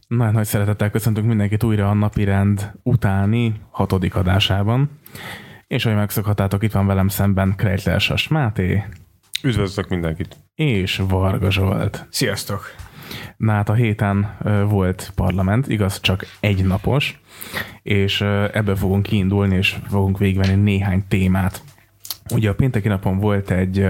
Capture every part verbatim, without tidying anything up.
Nagyon nagy szeretettel köszöntünk mindenkit újra a Napirend utáni hatodik adásában. És ahogy megszokhatátok, itt van velem szemben Krejtler Sas Máté. Üdvözlök mindenkit. És Varga Zsolt. Sziasztok! Na hát a héten volt parlament, igaz, csak egy napos, és ebből fogunk kiindulni, és fogunk végigvenni néhány témát. Ugye a pénteki napon volt egy,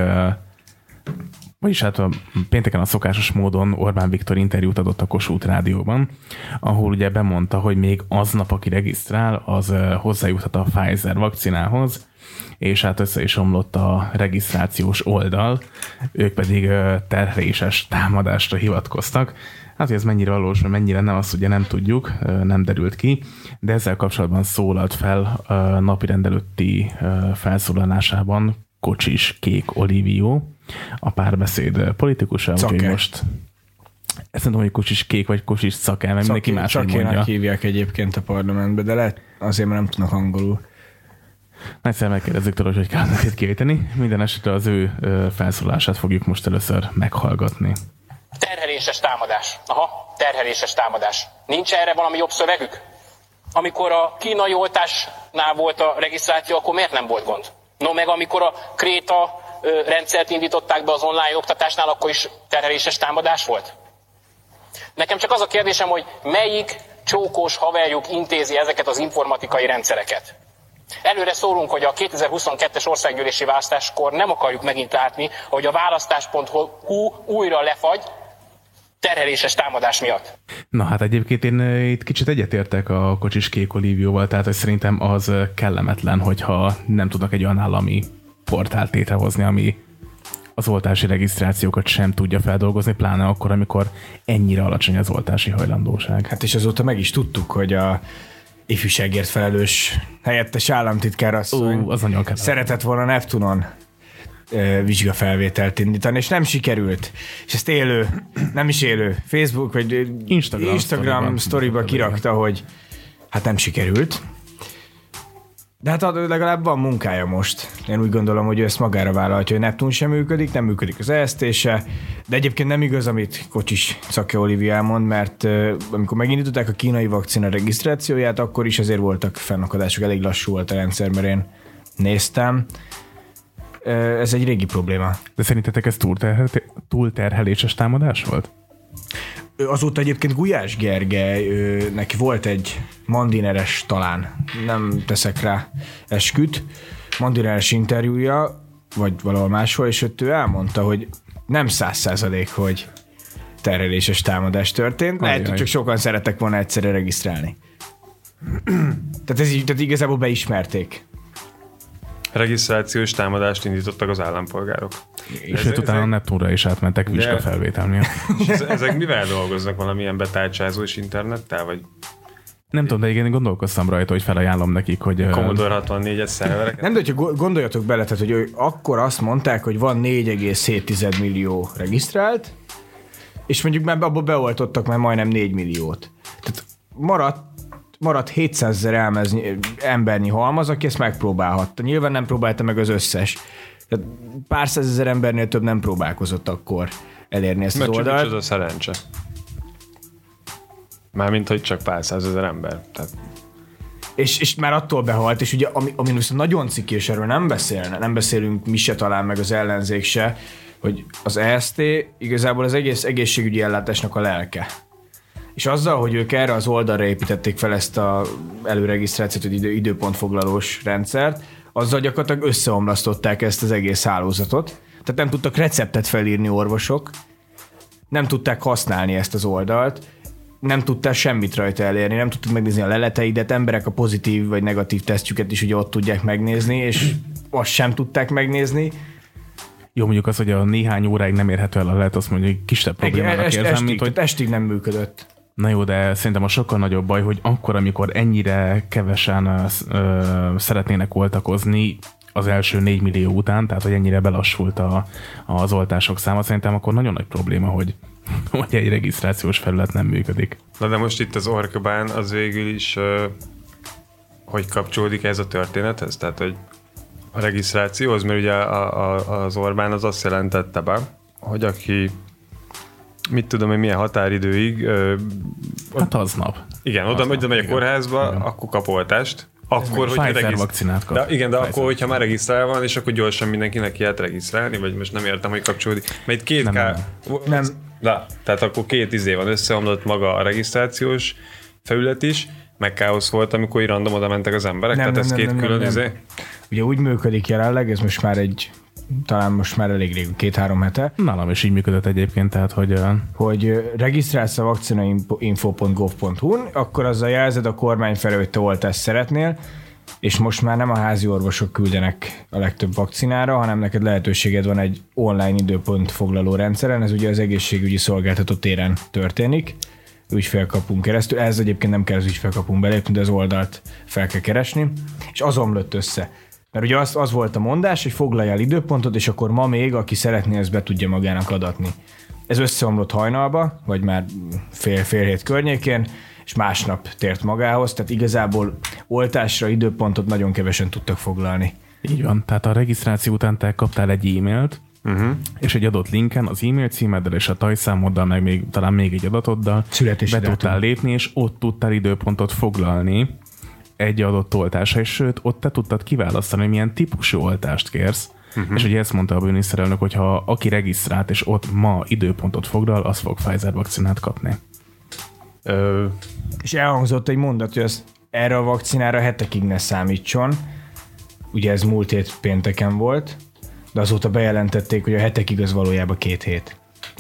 vagyis hát a pénteken a szokásos módon Orbán Viktor interjút adott a Kossuth Rádióban, ahol ugye bemondta, hogy még aznap, aki regisztrál, az hozzájuthat a Pfizer vakcinához, és hát össze is omlott a regisztrációs oldal, ők pedig terheléses támadásra hivatkoztak. Hát, hogy ez mennyire valós, vagy mennyire nem, azt ugye nem tudjuk, nem derült ki, de ezzel kapcsolatban szólalt fel a napirend előtti felszólalásában Kocsis Kék Olivió, a Párbeszéd politikusa, úgyhogy most ezt mondom, hogy Kocsis Kék vagy Kocsis Szake, mert mindenki más mondja. Szakénak hívják egyébként a parlamentbe, de lehet azért, mert nem tudnak angolul. Egyszer megkérdezzük tőle, hogy kell neked kiejteni. Minden esetre az ő felszólását fogjuk most először meghallgatni. Terheléses támadás. Aha, terheléses támadás. Nincs erre valami jobb szövegük? Amikor a kínai oltásnál volt a regisztráció, akkor miért nem volt gond? No, meg amikor a Kréta rendszert indították be az online oktatásnál, akkor is terheléses támadás volt? Nekem csak az a kérdésem, hogy melyik csókos haverjuk intézi ezeket az informatikai rendszereket? Előre szólunk, hogy a kétezer-huszonkettes országgyűlési választáskor nem akarjuk megint látni, hogy a választás pont hu újra lefagy terheléses támadás miatt. Na hát egyébként én itt kicsit egyetértek a Kocsis Kék Olivióval, tehát hogy szerintem az kellemetlen, hogyha nem tudnak egy olyan állami portált létrehozni, ami az oltási regisztrációkat sem tudja feldolgozni, pláne akkor, amikor ennyire alacsony az oltási hajlandóság. Hát és azóta meg is tudtuk, hogy a ifjúságért felelős helyettes államtitkár asszony Ó, az nagyon szeretett volna Neptunon vizsgafelvételt indítani, és nem sikerült. És ezt élő, nem is élő, Facebook vagy Instagram, Instagram sztoriba kirakta, hogy hát nem sikerült. De hát legalább van munkája most. Én úgy gondolom, hogy ő ezt magára vállalhatja, hogy Neptun sem működik, nem működik az E S T se, de egyébként nem igaz, amit Kocsis Szake Olivia elmond, mert uh, amikor megindították a kínai vakcina regisztrációját, akkor is azért voltak fennakadások, elég lassú volt a rendszer, mert én néztem. Uh, ez egy régi probléma. De szerintetek ez túlterhel- túlterheléses támadás volt? Azóta egyébként Gulyás Gergely, ő, neki volt egy Mandineres talán, nem teszek rá esküt, Mandineres interjúja, vagy valahol máshol, és ott ő elmondta, hogy nem száz százalék, hogy terheléses támadás történt, lehet, hogy csak sokan szerettek volna egyszerre regisztrálni. tehát, ez, tehát igazából beismerték. Regisztrációs támadást indítottak az állampolgárok. És őt utána a Neptunra is átmentek vizsgafelvételnél. Ezek mivel dolgoznak? Valamilyen betárcsázós internettel? Vagy nem tudom, de igen, gondolkoztam rajta, hogy felajánlom nekik, hogy... Commodore hatvannégyes szervereket? Nem, de hogyha gondoljatok bele, tehát, hogy akkor azt mondták, hogy van négy egész hét millió regisztrált, és mondjuk már abból beoltottak már majdnem négy milliót. Tehát maradt maradt hétszázezer embernyi halmaz, aki ezt megpróbálhatta. Nyilván nem próbálta meg az összes. Tehát pár százezer embernél több nem próbálkozott akkor elérni ezt mert az oldalt. Mert csak a szerencse. Mármint, hogy csak pár százezer ember. Tehát... És, és már attól behalt, és ugye ami, ami viszont nagyon ciki, és erről nem beszélne, nem beszélünk mi se talán, meg az ellenzék se, hogy az E S T igazából az egész egészségügyi ellátásnak a lelke. És azzal, hogy ők erre az oldalra építették fel ezt a előregisztrációt, vagy idő, időpontfoglalós rendszert, azzal gyakorlatilag összeomlasztották ezt az egész hálózatot. Tehát nem tudtak receptet felírni orvosok, nem tudták használni ezt az oldalt, nem tudták semmit rajta elérni, nem tudtuk megnézni a leleteidet, emberek a pozitív vagy negatív tesztjüket is ugye ott tudják megnézni, és azt sem tudták megnézni. Jó, mondjuk az, hogy a néhány óráig nem érhető el a lelet, azt mondjuk kisebb problémának est, érzem, estig, mint hogy... estig nem működött. Na jó, de szerintem a sokkal nagyobb baj, hogy akkor, amikor ennyire kevesen ö, szeretnének oltakozni az első négy millió után, tehát hogy ennyire belassult a, az oltások száma, szerintem akkor nagyon nagy probléma, hogy, hogy egy regisztrációs felület nem működik. Na de most itt az Orkabán az végül is ö, hogy kapcsolódik ez a történethez? Tehát, hogy a regisztrációhoz, mert ugye a, a, az Orbán az azt jelentette be, hogy aki mit tudom, hogy milyen határidőig. Ö, hát aznap. Igen, oda, oda megy a kórházba, igen. Akkor kap oltást. Akkor, hogy Pfizer vakcinát kap. De, igen, de Pfizer. akkor, hogyha már regisztrál van, és akkor gyorsan mindenkinek ki lehet regisztrálni, vagy most nem értem, hogy kapcsolódik. Mert itt két nem, ká... nem. nem. Na, tehát akkor két izé van, összeomlott maga a regisztrációs felület is, meg káosz volt, amikor így random oda mentek az emberek, nem, tehát nem, ez nem, két nem, külön nem, izé. nem. Ugye úgy működik jelenleg, ez most már egy, talán most már elég rég, két-három hete. Nálam is így működött egyébként, tehát hogy... Hogy regisztrálsz a vakcinainfo pont gov pont hu-n, akkor azzal jelzed a kormány felé, hogy te oltást szeretnél, és most már nem a házi orvosok küldenek a legtöbb vakcinára, hanem neked lehetőséged van egy online időpont foglaló rendszeren, ez ugye az egészségügyi szolgáltató téren történik, ügyfélkapunk keresztül, ez egyébként nem kell az ügyfélkapunk belépni, de az oldalt fel kell keresni, és az omlott össze. Mert ugye az, az volt a mondás, hogy foglalj el időpontot, és akkor ma még, aki szeretné, ezt be tudja magának adatni. Ez összeomlott hajnalba, vagy már fél, fél hét környékén, és másnap tért magához, tehát igazából oltásra időpontot nagyon kevesen tudtak foglalni. Így van, tehát a regisztráció után te kaptál egy e-mailt, uh-huh. és egy adott linken az e-mail címeddel és a tajszámoddal, meg még, talán még egy adatoddal be tudtál lépni, és ott tudtál időpontot foglalni egy adott oltásra, és sőt, ott te tudtad kiválasztani, hogy milyen típusú oltást kérsz, uh-huh. és ugye ezt mondta a miniszterelnök, hogy ha aki regisztrált, és ott ma időpontot foglal, az fog Pfizer vakcinát kapni. Ö... És elhangzott egy mondat, hogy az erre a vakcinára hetekig ne számítson. Ugye ez múlt hét pénteken volt, de azóta bejelentették, hogy a hetekig az valójában két hét.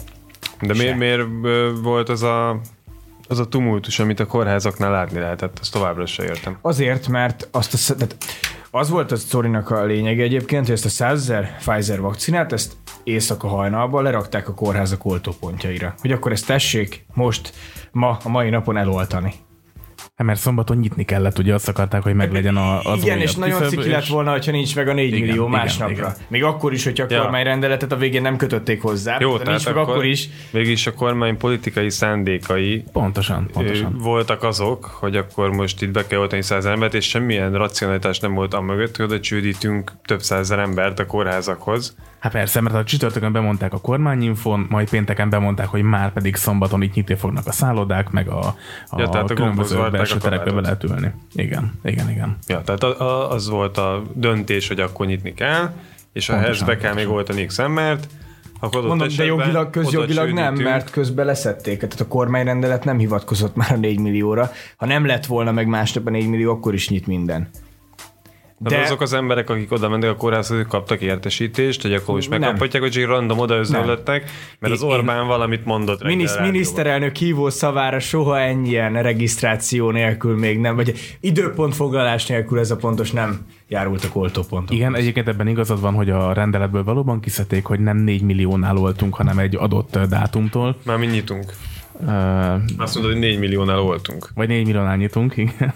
De miért, miért volt az a, az a tumultus, amit a kórházaknál látni lehetett? Azt továbbra sem értem. Azért, mert azt a, tehát az volt a sztorinak a lényege egyébként, hogy ezt a százezer Pfizer vakcinát, ezt éjszaka hajnalban lerakták a kórházak oltópontjaira. Hogy akkor ezt tessék most, ma, a mai napon eloltani. Hát mert szombaton nyitni kellett, ugye azt akarták, hogy meglegyen a, az igen, és nagyon ciki lett volna, hogyha nincs meg a négy igen, millió igen, másnapra. igen. Még akkor is, hogyha a ja. kormányrendeletet a végén nem kötötték hozzá. Jó, de tehát nincs meg akkor, akkor is. Mégis a kormány politikai szándékai pontosan, pontosan. voltak azok, hogy akkor most itt be kell oltani százezer embert, és semmilyen racionalitás nem volt amögött, hogy oda csődítünk több százezer embert a kórházakhoz. Hát persze, mert a csütörtökön bemondták a kormányinfon, majd pénteken bemondták, hogy már pedig szombaton itt nyitni fognak a szállodák, meg a, a, ja, a különböző belső terekbe be lehet ülni. Igen, igen, igen. Ja, tehát az volt a döntés, hogy akkor nyitni kell, és ha ehhez be kell még oltani x embert, akkor Mondom, de jogilag, közjogilag nem, mert közben leszették. Tehát a kormányrendelet nem hivatkozott már a négy millióra. Ha nem lett volna meg másnap a négy millió, akkor is nyit minden. De, de azok az emberek, akik oda mentek a kórházhoz, kaptak értesítést, hogy akkor is megkaphatják, hogy random oda özönlöttek, mert az Orbán én, valamit mondott reggel. Minisz, miniszterelnök hívó szavára soha ennyien regisztráció nélkül még nem, vagy időpontfoglalás nélkül ez a pontos nem járultak oltópontok. Igen, egyébként ebben igazad van, hogy a rendeletből valóban kiszedték, hogy nem négy milliónál oltunk, hanem egy adott dátumtól. Már mi nyitunk. Uh, Azt mondod, hogy négy milliónál voltunk. Vagy négy milliónál nyitunk, igen.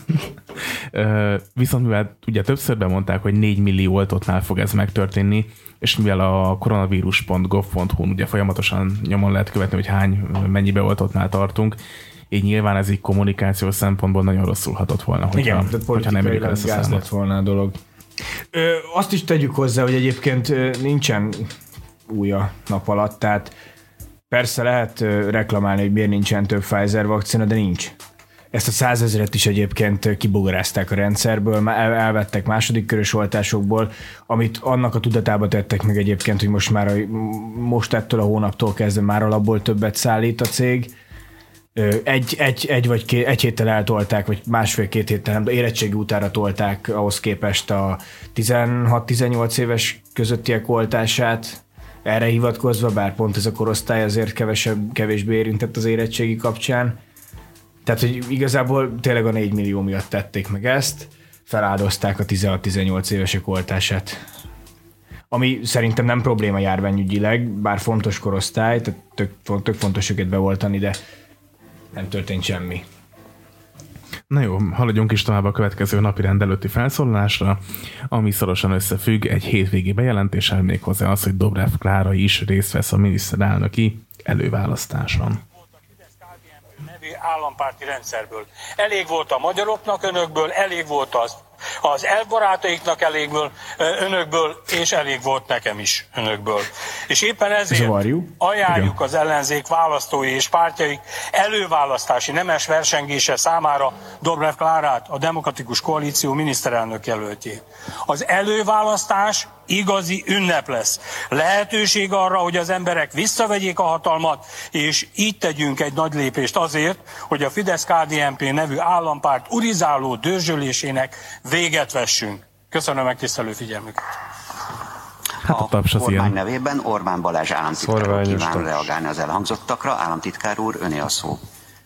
uh, viszont mivel ugye többször bemondták, hogy négy millió oltottnál fog ez megtörténni, és mivel a koronavírus pont gov pont hu-n ugye folyamatosan nyomon lehet követni, hogy hány, mennyi beoltottnál tartunk, így nyilván ez így kommunikációs szempontból nagyon rosszul hatott volna, hogyha, igen, hogyha nem érjük el ezt a számot. lett volna a dolog. Ö, azt is tegyük hozzá, hogy egyébként ö, nincsen új a nap alatt, tehát persze lehet uh, reklamálni, hogy miért nincsen több Pfizer vakcina, de nincs. Ezt a százezret is egyébként kibogarázták a rendszerből, el, elvettek második körös oltásokból, amit annak a tudatába tettek meg egyébként, hogy most már a, most ettől a hónaptól kezdve már alapból többet szállít a cég. Egy, egy, egy vagy két, egy héttel eltolták, vagy másfél-két héttel, nem, de érettségi utára tolták ahhoz képest a tizenhat-tizennyolc éves közöttiek oltását, erre hivatkozva, bár pont ez a korosztály azért kevesebb, kevésbé érintett az érettségi kapcsán. Tehát, hogy igazából tényleg a négy millió miatt tették meg ezt, feláldozták a tizenhat-tizennyolc évesek oltását. Ami szerintem nem probléma járványügyileg, bár fontos korosztály, tehát tök, tök fontos őket beoltani, de nem történt semmi. Na jó, haladjunk is tovább a következő napi rend előtti felszólalásra, ami szorosan összefügg egy hétvégi bejelentéssel, méghozzá az, hogy Dobrev Klára is részt vesz a miniszterelnöki előválasztáson. Nevű állampárti rendszerből. Elég volt a magyaroknak önökből, elég volt az Az elbarátaiknak elégből, önökből, és elég volt nekem is önökből. És éppen ezért Zavarjuk. ajánljuk az ellenzék választói és pártjaik előválasztási nemes versengése számára Dobrev Klárát, a Demokratikus Koalíció miniszterelnök jelöltjét. Az előválasztás igazi ünnep lesz. Lehetőség arra, hogy az emberek visszavegyék a hatalmat, és így tegyünk egy nagy lépést azért, hogy a Fidesz-ká dé en pé nevű állampárt urizáló dörzsölésének véget vessünk. Köszönöm megtisztelő figyelmüket. Hát a, a kormány nevében Orbán Balázs államtitkár úr kíván reagálni az elhangzottakra. Államtitkár úr, öné a szó.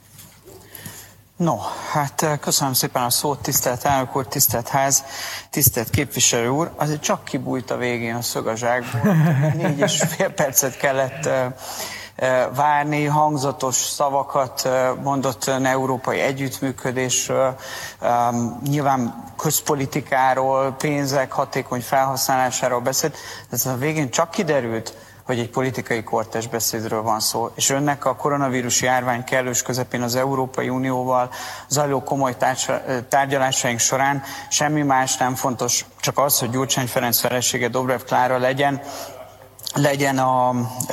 No, hát köszönöm szépen a szót, tisztelt elnök úr, tisztelt ház, tisztelt képviselő úr. Azért csak kibújt a végén a szög a zsákból. Négy és fél percet kellett uh, uh, várni, hangzatos szavakat uh, mondott uh, európai együttműködésről, um, nyilván közpolitikáról, pénzek hatékony felhasználásáról beszélt, de ez a végén csak kiderült, hogy egy politikai kortás beszédről van szó, és önnek a koronavírus járvány kellős közepén az Európai Unióval zajló komoly tárgyalásaink során semmi más nem fontos, csak az, hogy Gyurcsány Ferenc felesége Dobrev Klára legyen, legyen a,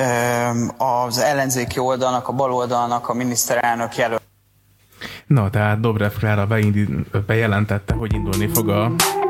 az ellenzéki oldalnak, a baloldalnak a miniszterelnök jelölt. Na, tehát Dobrev Klára bejelentette, hogy indulni fog a,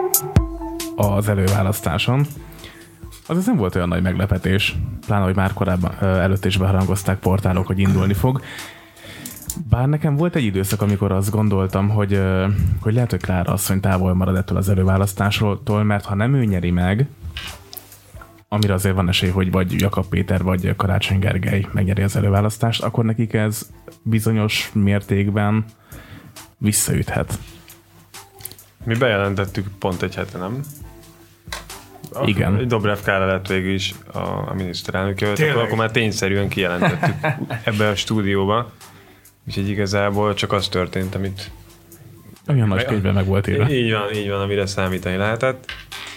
az előválasztáson. Az ez nem volt olyan nagy meglepetés, pláne, hogy már korábban előtt is beharangozták portálok, hogy indulni fog. Bár nekem volt egy időszak, amikor azt gondoltam, hogy, hogy lehet, hogy Klára asszony távol marad ettől az előválasztásról, mert ha nem ő nyeri meg, amire azért van esély, hogy vagy Jakab Péter, vagy Karácsony Gergely megnyeri az előválasztást, akkor nekik ez bizonyos mértékben visszaüthet. Mi bejelentettük pont egy hete, nem? Igen. Dobrev Klára lett végül is a, a miniszterelnök jelölt, akkor, akkor már tényszerűen kijelentettük ebbe a stúdióba. Úgyhogy igazából csak az történt, amit... Olyan nagy könyvben meg volt írva. Így van, így van, amire számítani lehetett.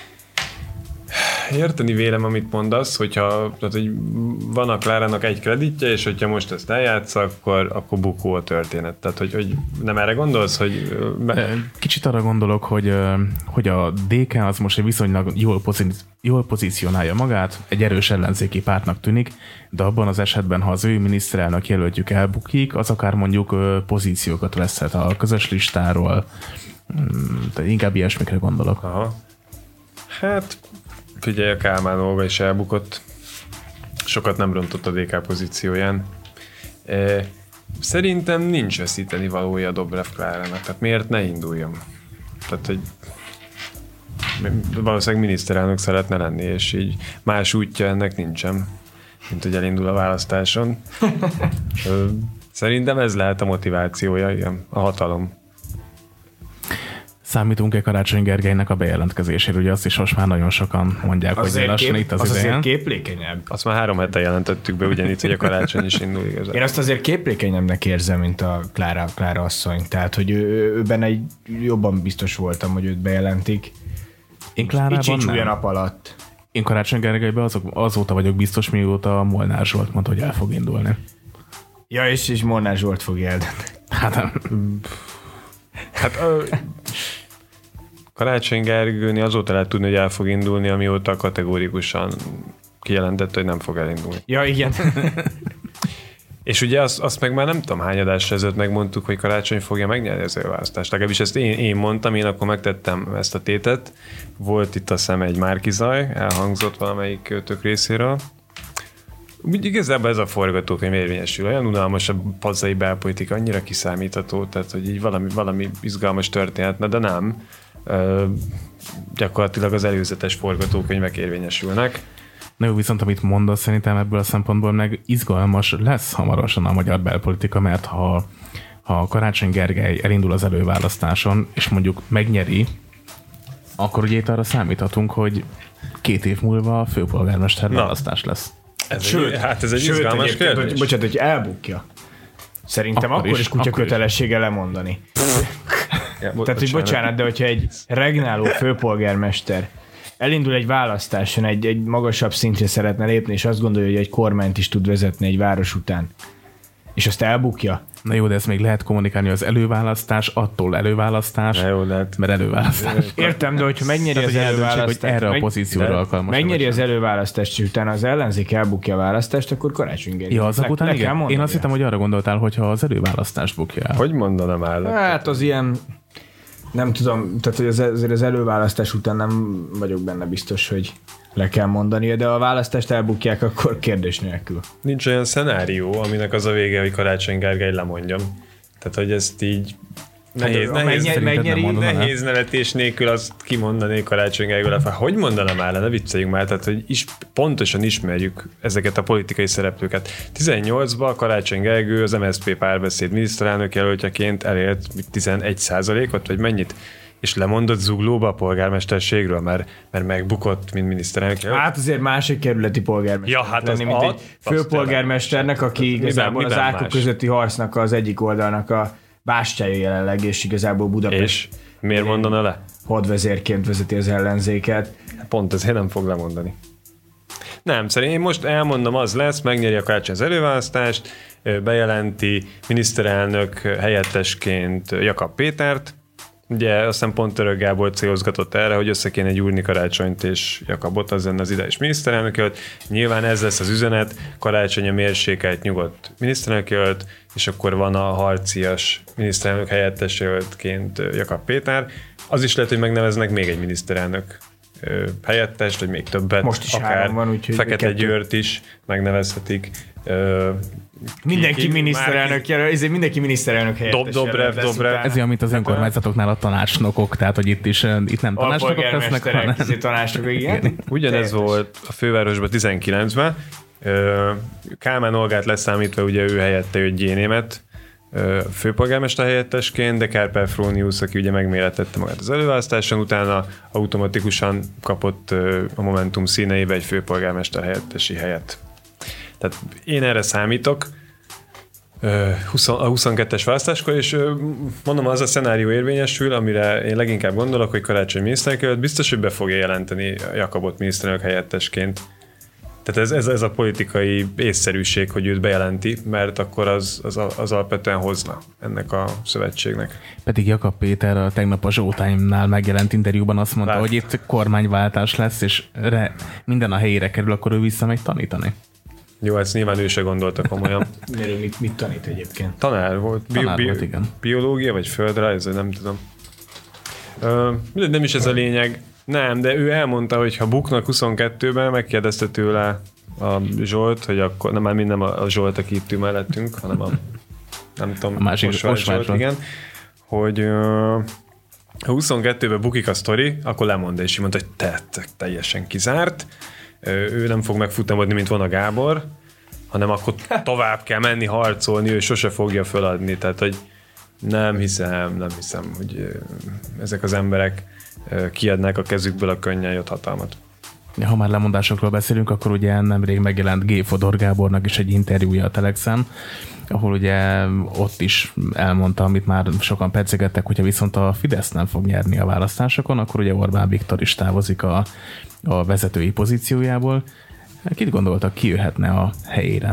Érteni vélem, amit mondasz, hogyha tehát, hogy van a Klárának egy kreditje, és hogyha most ezt eljátssz, akkor, akkor bukó a történet. Tehát, hogy, hogy nem erre gondolsz, hogy... Kicsit arra gondolok, hogy, hogy a dé ká az most egy viszonylag jól, pozí- jól pozícionálja magát, egy erős ellenzéki pártnak tűnik, de abban az esetben, ha az ő miniszterelnök jelöltjük elbukik, az akár mondjuk pozíciókat veszhet a közös listáról. Tehát inkább ilyesmikre gondolok. Aha. Hát... Figyelj, a Kálmán Olga is elbukott. Sokat nem rontott a dé ká pozícióján. Szerintem nincs veszíteni valója a Dobrev Klárának. Tehát miért ne induljon? Tehát, hogy valószínűleg miniszterelnök szeretne lenni, és így más útja ennek nincsen, mint hogy elindul a választáson. Szerintem ez lehet a motivációja, igen, a hatalom. Számítunk-e Karácsony Gergelynek a bejelentkezésére? Ugye azt is most már nagyon sokan mondják, azért hogy lassan kép, itt az, az ideje. azért képlékenyebb. Azt már három hete jelentettük be, ugyanitt, hogy a Karácsony is indul igazán. Én azt azért képlékenyebbnek érzem, mint a Klára, Klára asszony. Tehát, hogy ő, ő benne egy, jobban biztos voltam, hogy őt bejelentik. Én Klárában nem. nap alatt. Én Karácsony Gergelyben azok, azóta vagyok biztos, mióta Molnár Zsolt mondta, hogy el fog indulni. Ja, és, és Molnár Zsolt fog eldönteni. Hát nem. Hát... Ö... Karácsony Gergőni azóta lehet tudni, hogy el fog indulni, amióta kategórikusan kijelentett, hogy nem fog elindulni. Ja, igen. És ugye azt, azt meg már nem tudom hány adásra ezelőtt megmondtuk, hogy Karácsony fogja megnyerni az előválasztást. Legalábbis ezt én, én mondtam, én akkor megtettem ezt a tétet. Volt itt a szem egy márkizaj, elhangzott valamelyik tök részéről. Úgy igazából ez a forgatókönyv érvényesül. Olyan unalmas a hazai belpolitika, annyira kiszámítható, tehát hogy így valami, valami izgalmas történetne, de nem. Uh, gyakorlatilag az előzetes forgatókönyvek érvényesülnek. Na jó, viszont amit mondasz, szerintem ebből a szempontból meg izgalmas lesz hamarosan a magyar belpolitika, mert ha, ha Karácsony Gergely elindul az előválasztáson, és mondjuk megnyeri, akkor ugye itt arra számíthatunk, hogy két év múlva a főpolgármester választás lesz. Ez Sőt, egy, hát ez egy sőt, izgalmas kérdés. Hogy, bocsánat, hogy elbukja. Szerintem akkor, akkor is, is kutya akkor kötelessége is lemondani. Ja, bo- Tehát, hogy bocsánat, de hogyha egy regnáló főpolgármester elindul egy választáson, egy, egy magasabb szintre szeretne lépni, és azt gondolja, hogy egy kormányt is tud vezetni egy város után, és azt elbukja. Na jó, de ezt még lehet kommunikálni, az előválasztás, attól előválasztás, jó, lehet. Mert előválasztás. Értem, de hogyha megnyeri tehát, az előválasztást, hogy erre a pozícióra alkalmas. Megnyeri az előválasztást, és utána az ellenzék elbukja a választást, akkor Karácsony Gergely. Ja, azok után igen. Én azt hittem, hogy arra gondoltál, hogyha az előválasztást bukja el. Hogy mondanám el? Hát az ilyen, nem tudom, tehát hogy az, azért az előválasztás után nem vagyok benne biztos, hogy le kell mondani, de a választást elbukják, akkor kérdés nélkül. Nincs olyan szenárió, aminek az a vége, hogy Karácsony Gergely lemondjon. Tehát, hogy ezt így nehéz, hát, nehéz, megnyeri, megnyeri, nehéz nevetés nélkül azt kimondani Karácsony Gergely. Hogy mondanám el, ne vicceljünk már, tehát, hogy is, pontosan ismerjük ezeket a politikai szereplőket. tizennyolcban Karácsony Gergely az em es zé pé Párbeszéd miniszterelnök jelöltjeként elért tizenegy százalékot, vagy mennyit? És lemondott Zuglóba a polgármesterségről, mert, mert megbukott, mint miniszterelnök. Hát azért másik kerületi polgármester. Ja, hát az lenni, mint egy főpolgármesternek, aki igazából az Ákok közötti harcnak az egyik oldalnak a bástyája jelenleg, és igazából Budapest. És miért mondana le? Hadvezérként vezeti az ellenzéket. Pont ezért nem fog lemondani. Nem, szerintem én most elmondom, az lesz, megnyeri a Karácsony az előválasztást, bejelenti miniszterelnök helyettesként Jakab Pétert. Ugye aztán pont Török Gábor célozgatott erre, hogy össze kéne gyúrni Karácsonyt és Jakabot, az lenne az ideális miniszterelnök jelölt. Nyilván ez lesz az üzenet, Karácsony a mérsékelt, nyugodt miniszterelnök jelölt, és akkor van a harcias miniszterelnök helyettes jelöltként Jakab Péter. Az is lehet, hogy megneveznek még egy miniszterelnök helyettest, vagy még többet. Most is akár van, úgyhogy Fekete Győrt is megnevezhetik. Mindenki ki, miniszterelnök jelölt, ezért mindenki miniszterelnök helyettes Dobrev, Dobrev. Ez olyan, mint az önkormányzatoknál a tanácsnokok, tehát hogy itt is itt nem tanácsnokok lesznek, hanem tanácsnokok, igen. Ugyanez volt a fővárosban tizenkilencben. Kálmán Olgát leszámítva, ugye ő helyette jött Gyénémet főpolgármester helyettesként, de Kárpát Frónius, aki ugye megméretette magát az előválasztáson, utána automatikusan kapott a Momentum színeibe egy főpolgármester helyettesi helyet. Tehát én erre számítok a huszonkettes választáskor, és mondom, az a szenárió érvényesül, amire én leginkább gondolok, hogy Karácsony miniszterelnök előtt biztos, hogy be fogja jelenteni Jakabot miniszterelnök helyettesként. Tehát ez, ez, ez a politikai észszerűség, hogy őt bejelenti, mert akkor az, az, az alapvetően hozna ennek a szövetségnek. Pedig Jakab Péter a tegnap a Showtime-nál megjelent interjúban azt mondta, Lát. hogy itt kormányváltás lesz, és re, minden a helyére kerül, akkor ő visszamegy tanítani. Jó, ezt nyilván ő se gondolta komolyan. Miért mit, mit tanít egyébként? Tanár volt. Bi- Tanár bi- volt, igen. Biológia, vagy földrajz, nem tudom. Uh, nem is ez a lényeg. Nem, de ő elmondta, hogy ha buknak huszonkettőben, megkérdezte tőle a Zsolt, hogy akkor, nem már mind nem a Zsolt, aki itt ül mellettünk, hanem a nem tudom, a másik Zsolt, Zsolt, igen, hogy uh, ha huszonkettőben bukik a sztori, akkor lemond, és így mondta, hogy te, te, teljesen kizárt. Ő nem fog megfutamodni, mint van a Gábor, hanem akkor tovább kell menni, harcolni, ő sose fogja feladni. Tehát, hogy nem hiszem, nem hiszem, hogy ezek az emberek kiadnák a kezükből a könnyen jött hatalmat. Ha már lemondásokról beszélünk, akkor ugye nemrég megjelent G. Fodor Gábornak is egy interjúja a Telexen, ahol ugye ott is elmondta, amit már sokan pedzegettek, hogyha viszont a Fidesz nem fog nyerni a választásokon, akkor ugye Orbán Viktor is távozik a, a vezetői pozíciójából. Kit gondoltak, ki jöhetne a helyére?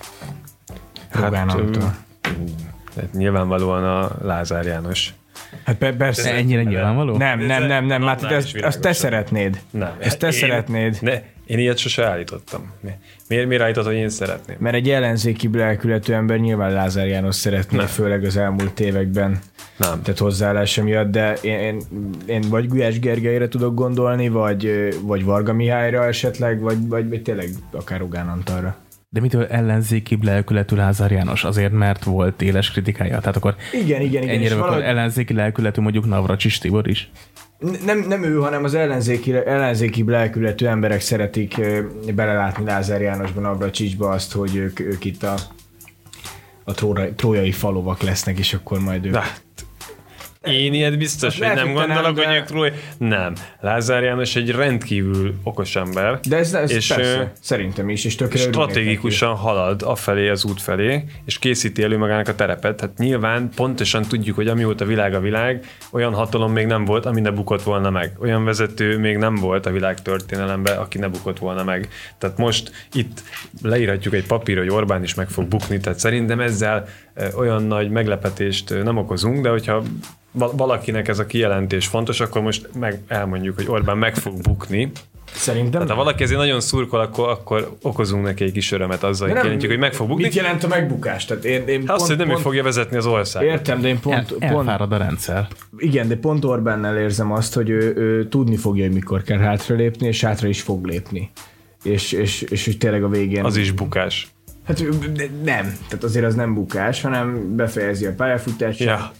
Rogán hát, Antal. Hát nyilvánvalóan a Lázár János. Hát persze. De ennyire nyilvánvaló? Nem, nem, nem, nem, hát ezt, ezt te szeretnéd. Nem. Ezt te én, szeretnéd. Ne, én ilyet sose állítottam. Miért, miért állítod, hogy én szeretném? Mert egy ellenzéki lelkületű ember nyilván Lázár János szeretné, nem. Főleg az elmúlt években. Nem. Tehát hozzáállása miatt, de én, én, én vagy Gulyás Gergelyre tudok gondolni, vagy, vagy Varga Mihályra esetleg, vagy, vagy, vagy tényleg akár Rogán Antalra. De mitől ellenzéki lelkületű Lázár János? Azért, mert volt éles kritikája? Tehát akkor igen, igen, igen. Ennyire valahogy... ellenzéki lelkületű mondjuk Navracsics Tibor is? Nem, nem ő, hanem az ellenzéki, ellenzéki lelkületű emberek szeretik belelátni Lázár Jánosba, Navracsicsba azt, hogy ők, ők itt a, a trójai falovak lesznek, és akkor majd ők... Én ilyet biztos, hogy nem gondolok, hogy ők róla. Nem. Lázár János egy rendkívül okos ember. De ez, ez és persze, szerintem is, és tökre stratégikusan halad afelé az út felé, és készíti elő magának a terepet. Hát nyilván pontosan tudjuk, hogy amióta világ a világ, olyan hatalom még nem volt, ami ne bukott volna meg. Olyan vezető még nem volt a világ történelemben, aki ne bukott volna meg. Tehát most itt leírhatjuk egy papír, hogy Orbán is meg fog bukni, tehát szerintem ezzel olyan nagy meglepetést nem okozunk, de hogyha valakinek ez a kijelentés fontos, akkor most meg elmondjuk, hogy Orbán meg fog bukni. Szerintem. Tehát ha valaki ezért nagyon szurkol, akkor, akkor okozunk neki egy kis örömet azzal, hogy jelentjük, hogy meg fog bukni. Mit jelent a megbukás? Tehát én, én azt, hogy nem ő fogja vezetni az országot. Értem, de én pont... El, elfárad pont, a rendszer. Igen, de pont Orbánnál érzem azt, hogy ő, ő tudni fogja, hogy mikor kell hátralépni, és hátra is fog lépni. És, és, és hogy tényleg a végén... Az is bukás. Hát nem. Tehát azért az nem bukás, hanem befejezi a pályafutását. Ja.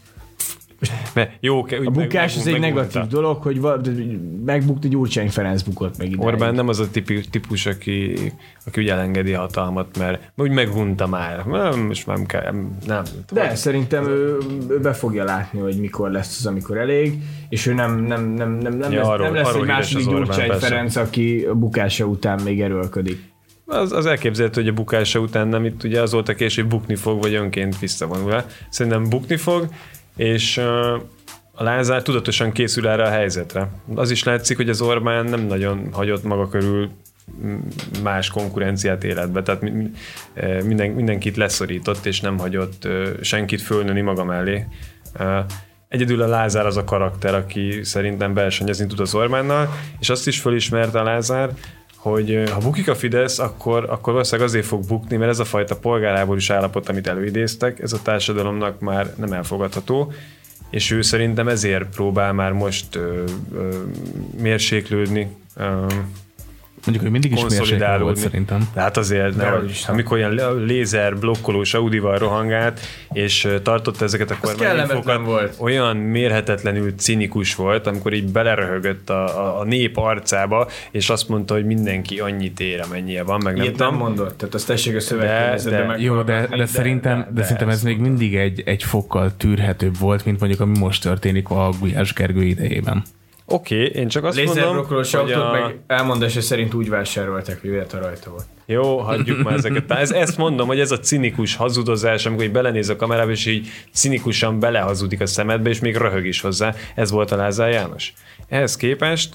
Jó, a bukás az egy negatív dolog, hogy megbukni, Gyurcsány Ferenc bukott meg ideig. Orbán nem az a típus, aki, aki úgy elengedi a hatalmat, mert úgy megunta már. Most nem kell. Nem. De szerintem ő, ő be fogja látni, hogy mikor lesz az, amikor elég, és ő nem, nem, nem, nem, nem ja, lesz, arról, nem lesz egy második Gyurcsány persze. Ferenc, aki a bukása után még erőlködik. Az, az elképzelhető, hogy a bukása után nem itt ugye az volt a később bukni fog, vagy önként visszavonul el. Szerintem bukni fog, és uh, a Lázár tudatosan készül erre a helyzetre. Az is látszik, hogy az Orbán nem nagyon hagyott maga körül más konkurenciát életbe, tehát minden, mindenkit leszorított, és nem hagyott senkit fölnőni maga mellé. Egyedül a Lázár az a karakter, aki szerintem versenyezni tud az Orbánnal, és azt is fölismerte a Lázár, hogy ha bukik a Fidesz, akkor, akkor valószínűleg azért fog bukni, mert ez a fajta polgárháborús állapot, amit előidéztek, ez a társadalomnak már nem elfogadható, és ő szerintem ezért próbál már most ö, ö, mérséklődni, ö, mondjuk, hogy mindig is mérséklő volt szerintem. Tehát azért, ne, amikor ilyen lézer blokkolós Audival rohangált, és tartotta ezeket a kormányinfókat, olyan mérhetetlenül cinikus volt, amikor így beleröhögött a, a, a nép arcába, és azt mondta, hogy mindenki annyit ér, amennyire van, meg nem Ilyet nem mondott, tehát azt tessék a szövegkörnyezetben meg. Jó, de, de, de szerintem, de, de, de szerintem ez még mindig egy, egy fokkal tűrhetőbb volt, mint mondjuk ami most történik a Gulyás Gergő idejében. Oké, okay, én csak azt Lézer mondom, hogy autót a... meg elmondása szerint úgy vásárolták, hogy olyat a rajta volt. Jó, hagyjuk már ezeket. Ez, ezt mondom, hogy ez a cinikus hazudozás, amikor így belenéz a kamerába, és így cinikusan belehazudik a szemedbe, és még röhög is hozzá. Ez volt a Lázár János. Ehhez képest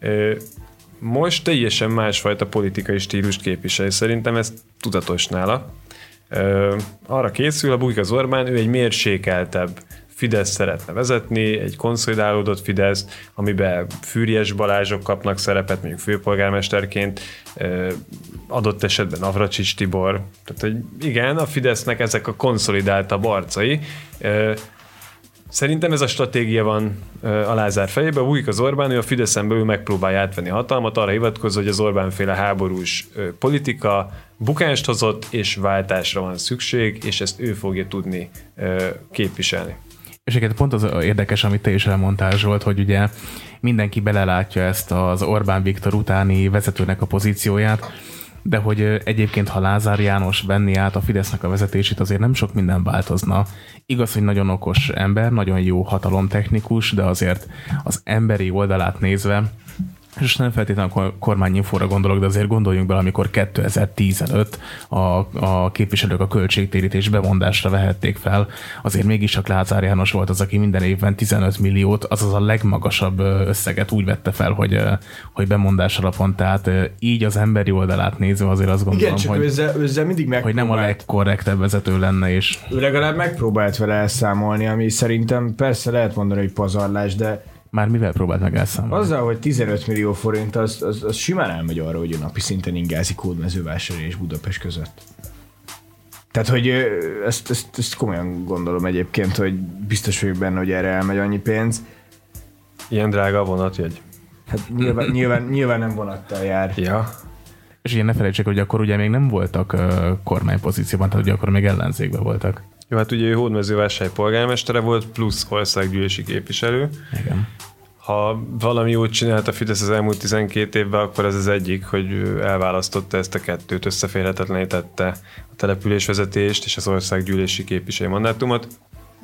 most teljesen másfajta politikai stílust képvisel. Szerintem ez tudatos nála. Arra készül, ha bukik az Orbán, ő egy mérsékeltebb Fidesz szeretne vezetni, egy konszolidálódott Fidesz, amiben Füriyes Balázsok kapnak szerepet, mondjuk főpolgármesterként, adott esetben Navracsics Tibor. Tehát, hogy igen, a Fidesznek ezek a konszolidáltabb arcai. Szerintem ez a stratégia van a Lázár fejében, bújik az Orbán, ő a Fideszen belül megpróbálja átvenni a hatalmat, arra hivatkozva, hogy az Orbán-féle háborús politika bukást hozott, és váltásra van szükség, és ezt ő fogja tudni képviselni. És egyébként pont az érdekes, amit te is elmondtál, Zsolt, hogy ugye mindenki belelátja ezt az Orbán Viktor utáni vezetőnek a pozícióját, de hogy egyébként, ha Lázár János venni át a Fidesznek a vezetését, azért nem sok minden változna. Igaz, hogy nagyon okos ember, nagyon jó hatalomtechnikus, de azért az emberi oldalát nézve, és nem feltétlenül a kormányinfóra gondolok, de azért gondoljunk bele, amikor kétezer-tíz előtt a, a képviselők a költségtérítés bevonásra vehették fel, azért mégis csak Lázár János volt az, aki minden évben tizenöt milliót, azaz a legmagasabb összeget úgy vette fel, hogy, hogy bemondás alapon, tehát így az emberi oldalát nézve azért azt gondolom, igen, hogy, őzze, őzze mindig hogy nem a legkorrektebb vezető lenne. És... Ő legalább megpróbált vele elszámolni, ami szerintem persze lehet mondani, hogy pazarlás, de már mivel próbált meg elszámolni? Azzal, hogy tizenöt millió forint, az, az, az simán elmegy arra, hogy a napi szinten ingázik Hódmezővásárhely és Budapest között. Tehát, hogy ezt, ezt, ezt komolyan gondolom egyébként, hogy biztos vagyok benne, hogy erre elmegy annyi pénz. Ilyen drága a vonatjegy. Hát nyilván, nyilván, nyilván nem vonattal jár. Ja. És ugye ne felejtsék, hogy akkor ugye még nem voltak uh, kormánypozícióban, tehát ugye akkor még ellenzékben voltak. Jó, hát ugye ő Hódmezővásárhely polgármestere volt, plusz országgyűlési képviselő. Igen. Ha valami jót csinált a Fidesz az elmúlt tizenkét évben, akkor ez az egyik, hogy elválasztotta ezt a kettőt, összeférhetetlenítette a településvezetést és az országgyűlési képviselői mandátumot.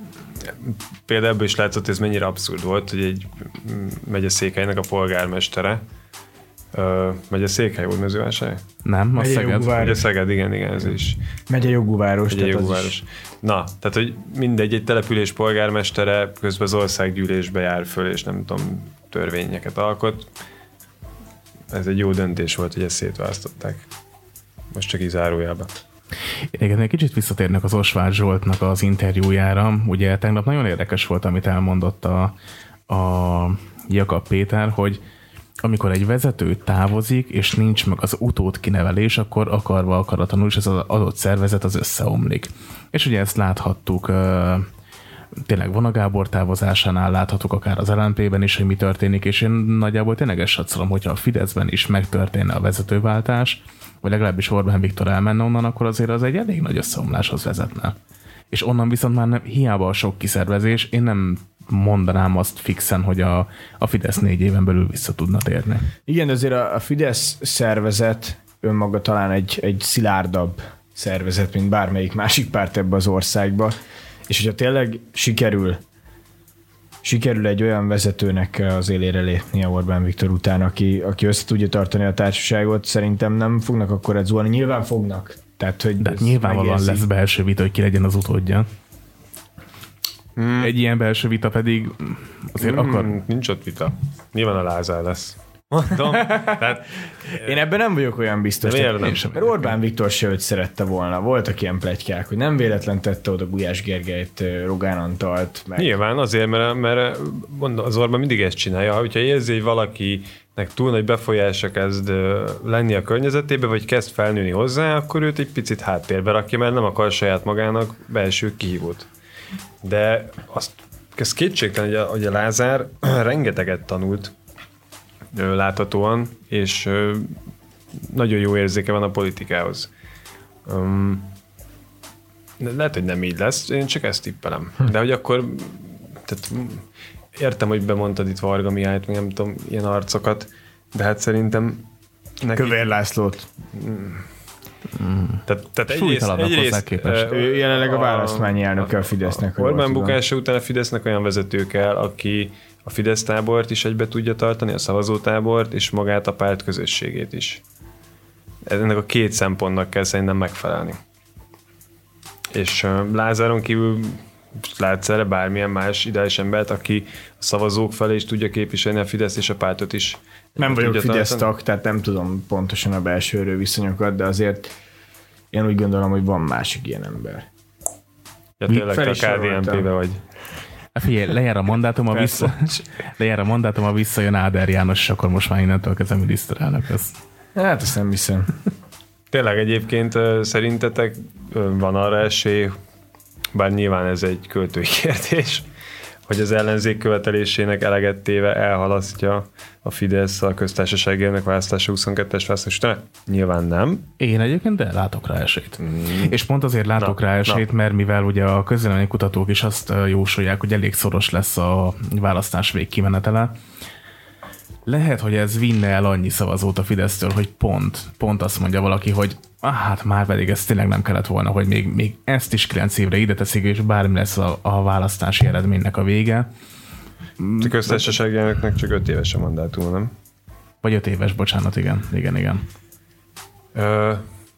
például ebből is látszott, hogy ez mennyire abszurd volt, hogy egy megyeszékhelynek a polgármestere, uh, megyeszékhely volt Mezővásárhely? Nem, a Szeged. Megye Szeged, igen, igen, ez is. Megye jogúváros. Megye jogúváros. Na, tehát, hogy mindegy, egy település polgármestere közben az országgyűlésbe jár föl, és nem tudom, törvényeket alkot. Ez egy jó döntés volt, hogy ezt szétválasztották. Most csak így zárójelben. Igen, egy kicsit visszatérnek az Osváth Zsoltnak az interjújára. Ugye tegnap nagyon érdekes volt, amit elmondott a, a Jakab Péter, hogy amikor egy vezető távozik, és nincs meg az utódkinevelés, akkor akarva akaratlanul is ez az adott szervezet az összeomlik. És ugye ezt láthattuk tényleg Vona Gábor távozásánál, láthatók akár az el en pé-ben is, hogy mi történik, és én nagyjából tényleg ezt satszolom, hogyha a Fideszben is megtörténne a vezetőváltás, vagy legalábbis Orbán Viktor elmenne onnan, akkor azért az egy elég nagy összeomláshoz vezetne. És onnan viszont már nem, hiába a sok kiszervezés, én nem mondanám azt fixen, hogy a, a Fidesz négy éven belül vissza tudna térni. Igen, azért a, a Fidesz szervezet önmaga talán egy, egy szilárdabb szervezet, mint bármelyik másik párt ebbe az országba. És hogyha tényleg sikerül, sikerül egy olyan vezetőnek az élére lépni a Orbán Viktor után, aki, aki össze tudja tartani a társaságot, szerintem nem fognak akkor ez zuhanni. Nyilván fognak. Tehát, hogy de nyilvánvalóan megérzi. Lesz belső vita, hogy ki legyen az utódja. Hmm. Egy ilyen belső vita pedig azért hmm, akar... Nincs ott vita. Nyilván a Lázár lesz. Mondom. Tehát, én ebben nem vagyok olyan biztos. Nem mert Orbán Viktor se őt szerette volna. Voltak ilyen pletykák, hogy nem véletlen tette oda Gulyás Gergelyt, Rogán Antalt. Meg... Nyilván azért, mert, mert mondom, az Orbán mindig ezt csinálja. Ha érzi, hogy valakinek túl nagy befolyása kezd lenni a környezetébe, vagy kezd felnőni hozzá, akkor őt egy picit háttérbe rakja, mert nem akar saját magának belső kihívót. De azt, ez kétségtelen, hogy a, hogy a Lázár rengeteget tanult láthatóan, és nagyon jó érzéke van a politikához. Um, lehet, hogy nem így lesz, én csak ezt tippelem. De hogy akkor tehát értem, hogy bemondtad itt Varga Mihályt, nem tudom, ilyen arcokat, de hát szerintem neki... Kövér Lászlót. Mm. Tehát, tehát egyrészt, egyrészt ő jelenleg a választmányi elnöke a Fidesznek. Orbán bukása után a Fidesznek olyan vezető kell, aki a Fidesz tábort is egybe tudja tartani, a szavazótábort, és magát a párt közösségét is. Ennek a két szempontnak kell szerintem megfelelni. És uh, Lázáron kívül látsz erre bármilyen más ideális embert, aki a szavazók felé is tudja képviselni a Fidesz és a pártot is. Nem vagyok Fidesz tag, tehát nem tudom pontosan a belső erőviszonyokat, de azért én úgy gondolom, hogy van másik ilyen ember. Ja, tényleg te a ká dé en pé-be vagy. Figyelj, lejár a mandátum, a vissza, lejár a mandátum, a visszajön Áder János, és akkor most már innentől kezdve miniszterelnök lesz. Hát azt nem hiszem. Tényleg egyébként szerintetek van arra esély, bár nyilván ez egy költői kérdés, hogy az ellenzék követelésének eleget téve elhalasztja a Fidesz a köztársasági elnök választása huszonkettes választás után? Nyilván nem. Én egyébként de látok rá esélyt. Mm. És pont azért látok na, rá esélyt, na. mert mivel ugye a közvélemény kutatók is azt jósolják, hogy elég szoros lesz a választás végkimenetele, lehet, hogy ez vinne el annyi szavazót a Fidesztől, hogy pont, pont azt mondja valaki, hogy ah, hát már pedig ez tényleg nem kellett volna, hogy még, még ezt is kilenc évre ide teszik, és bármi lesz a, a választási eredménynek a vége. A köztársasági elnöknek csak öt éves a mandátum, nem? Vagy öt éves, bocsánat, igen. Igen, igen. Ö,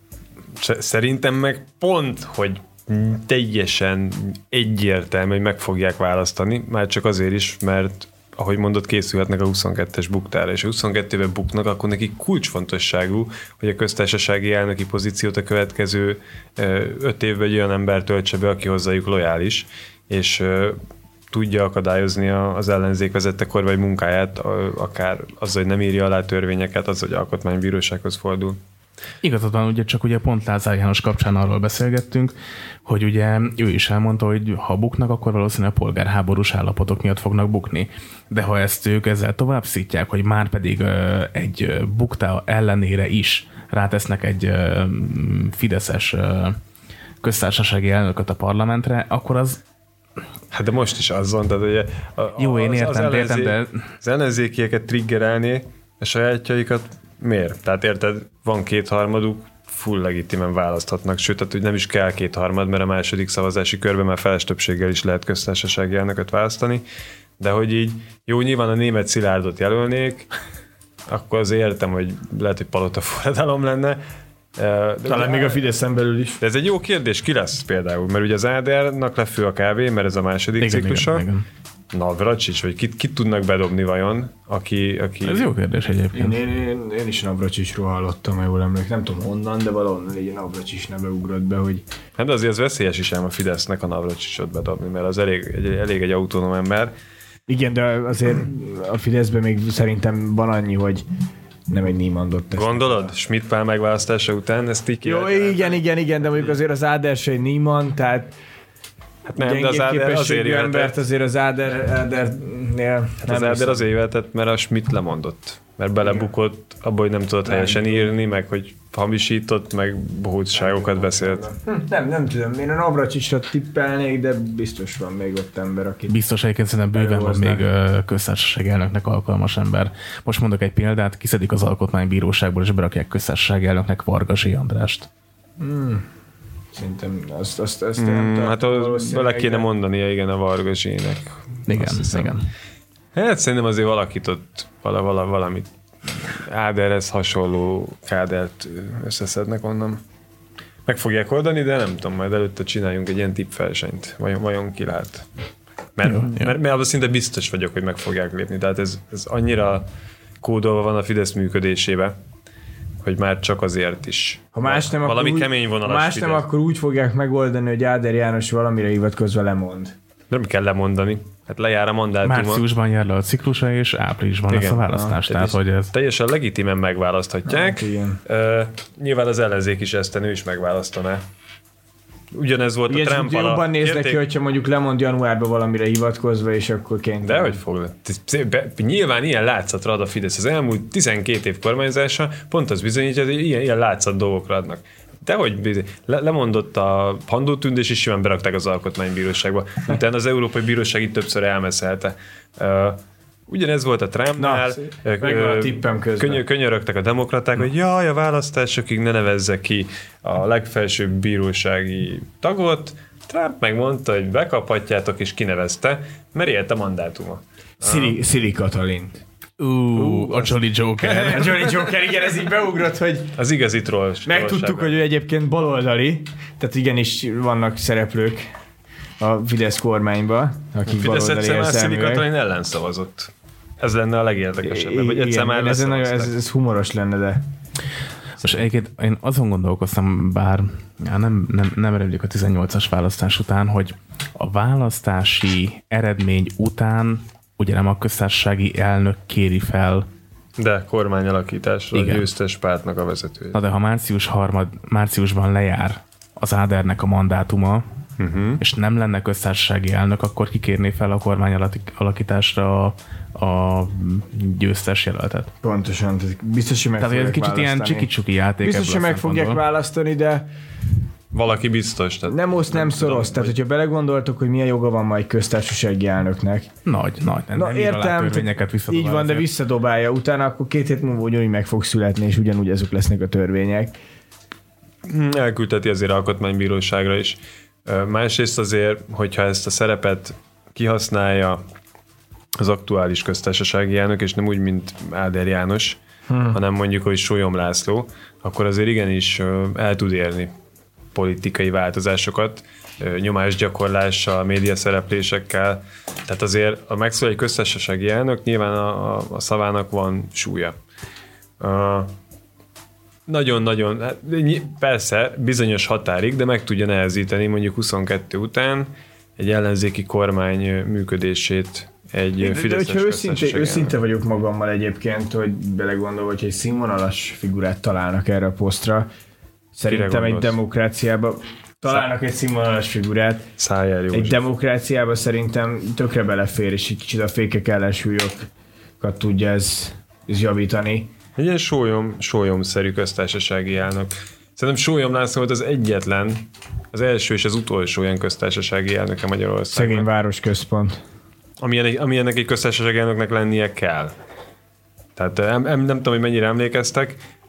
szerintem meg pont, hogy teljesen egyértelmű, hogy meg fogják választani, már csak azért is, mert ahogy mondod, készülhetnek a huszonkettes buktára, és a huszonkettőben buknak, akkor neki kulcsfontosságú, hogy a köztársasági elnöki pozíciót a következő öt évben egy olyan ember töltse be, aki hozzájuk lojális, és tudja akadályozni az ellenzék vezette kormány munkáját, akár azzal, hogy nem írja alá törvényeket, azzal, hogy alkotmánybírósághoz fordul. Igazad van, ugye csak ugye pont Lázár János kapcsán arról beszélgettünk, hogy ugye ő is elmondta, hogy ha buknak, akkor valószínűleg a polgárháborús állapotok miatt fognak bukni. De ha ezt ők ezzel tovább szítják, hogy már pedig ö, egy buktá ellenére is rátesznek egy ö, fideszes ö, köztársasági elnököt a parlamentre, akkor az... Hát de most is az van, tehát ugye... A, Jó, én értem, az, az ellenzék, értem, de... Az ellenzékieket triggerelni a sajátjaikat miért? Tehát érted, van kétharmaduk, full legitimen választhatnak, sőt, tehát, hogy nem is kell kétharmad, mert a második szavazási körben már feles többséggel is lehet köztársasági elnököt választani, de hogy így, jó, nyilván a német Szilárdot jelölnék, akkor azért értem, hogy lehet, hogy palota forradalom lenne. De talán még a Fideszen belül is. De ez egy jó kérdés, ki lesz például? Mert ugye az Ádernak lefő a kávé, mert ez a második igen, ciklusa. Igen, igen. Navracsics, vagy kit, kit tudnak bedobni vajon? Aki, aki... Ez jó kérdés egyébként. Én, én, én, én is Navracsicsról hallottam, ha jól emlékszem. Nem tudom honnan, de valahonnan egy Navracsics neve ugrott be, hogy... Hát de azért az veszélyes is ám a Fidesznek a Navracsicsot bedobni, mert az elég egy, elég egy autonóm ember. Igen, de azért a Fideszben még szerintem van annyi, hogy nem egy Niemandot tesz. Gondolod? Schmidt Pál megválasztása után ezt így jó, igen, igen, igen, de mondjuk azért az Áder se egy Niemand, tehát hát nem, de az Áder azért embert azért az Áder, Ádernél hát az Áder azért jöhetett, mert a Schmidt lemondott. Mert belebukott abba, hogy nem tudott nem helyesen tudom. írni, meg hogy hamisított, meg bohócságokat beszélt. Hm, nem, nem tudom. Én a Navracsicsra tippelnék, de biztos van még ott ember, aki... Biztos egyébként szerintem bőven van még köztársasági elnöknek alkalmas ember. Most mondok egy példát, kiszedik az alkotmánybíróságból, és berakják köztársasági elnöknek Varga Andrást. Hmm. Szerintem azt, azt, azt mm, nem hát bele kéne mondania, igen, a Varga Zsének. Igen, igen. Hát szerintem azért valakit ott vala, vala, valamit Áderhez hasonló kádert összeszednek onnan. Meg fogják oldani, de nem tudom, majd előtte csináljunk egy ilyen tippversenyt. Vajon, vajon ki lát? Mert, jó, mert, mert, mert abban szinte biztos vagyok, hogy meg fogják lépni. Tehát ez, ez annyira kódolva van a Fidesz működésébe, hogy már csak azért is. Ha más nem, valami úgy, kemény vonalas ha más nem, akkor úgy fogják megoldani, hogy Áder János valamire hivatkozva lemond. Nem kell lemondani. Hát lejár a mandátuma. Márciusban jár le a ciklusa, és áprilisban igen. lesz a választás. Na, tehát, hogy ez... Teljesen legitimen megválaszthatják. Hát, uh, nyilván az ellenzék is ezt ő is megválasztaná. Ugyanez volt igen, a Trump alatt. Jobban néz neki, hogyha mondjuk lemond januárban valamire hivatkozva, és akkor kénytelen. De hogy fog? Nyilván ilyen látszatra ad a Fidesz. Az elmúlt tizenkét év kormányzása pont az bizonyítja, hogy ilyen, ilyen látszat dolgokra adnak. Dehogy le, lemondott a Handó Tündés, és simán berakták az Alkotmánybíróságba. Utána az Európai Bíróság itt többször elmeszelte. Uh, ugyanez volt a Trumpnál. Köny- könyörögtek a demokraták, Na. hogy jaj, a választásokig ne nevezze ki a legfelsőbb bírósági tagot. Trump megmondta, hogy bekaphatjátok, és kinevezte, mert élt a mandátuma. Szili, Szili Katalint. Uh, uh, a Jolly Joker. A Jolly Joker, igen, ez így beugrott, hogy... Az igazi troll. Megtudtuk, hogy ő egyébként baloldali, tehát igenis vannak szereplők a Fidesz kormányban, akik baloldali érzelműek. Fidesz egyszer már Szili Katalin ellen szavazott. Ez lenne a legérdekesebb. Vagy egyszer már ez, ez, ez humoros lenne, de... Most egyébként én azon gondolkoztam, bár já, nem, nem, nem reménylik a tizennyolcas választás után, hogy a választási eredmény után ugye nem a köztársasági elnök kéri fel. De kormányalakításra a győztes pártnak a vezetője. Na de ha március harmad, márciusban lejár az Ádernek a mandátuma, uh-huh. és nem lenne köztársasági elnök, akkor kikérné fel a kormányalakításra a, a győztes jelöltet. Pontosan. Biztos, hogy meg Tehát fogják kicsit választani. Ilyen csiki-csuki játék. Biztos, hogy meg fogják választani, de valaki biztos. Tehát nem oszt, nem, nem szoros. Tudom, tehát, hogyha belegondoltok, hogy milyen joga van majd köztársasági elnöknek. Nagy, nagy. Nem, Na nem értem, így van, de visszadobálja. Utána akkor két hét múlva ugyanúgy meg fog születni, és ugyanúgy ezek lesznek a törvények. Elküldheti azért alkotmánybíróságra is. Másrészt azért, hogyha ezt a szerepet kihasználja az aktuális köztársasági elnök, és nem úgy, mint Áder János, hmm. hanem mondjuk, hogy Sólyom László, akkor azért igenis el tud érni politikai változásokat, nyomásgyakorlással, médiaszereplésekkel. Tehát azért a megszólal egy köztársasági elnök, nyilván a, a, a szavának van súlya. Uh, nagyon-nagyon, hát, persze bizonyos határig, de meg tudja nehezíteni mondjuk huszonkettő után egy ellenzéki kormány működését egy fideszes de, de őszinte, őszinte vagyok magammal egyébként, hogy belegondolva, hogy egy színvonalas figurát találnak erre a posztra, szerintem egy demokráciában találnak egy színvonalas figurát. Szájjel jó. Egy demokráciában szerintem tökre belefér, és egy kicsit a fékek ellensúlyokat tudja ez, ez javítani. Egy ilyen sólyom, sólyomszerű köztársasági elnök. Szerintem Sólyom László volt az egyetlen, az első és az utolsó ilyen köztársasági elnöke Magyarországon. Szegény városközpont. Amilyen, amilyennek egy köztársasági elnöknek lennie kell. Tehát nem, nem, nem tudom, hogy mennyire emlékeztek,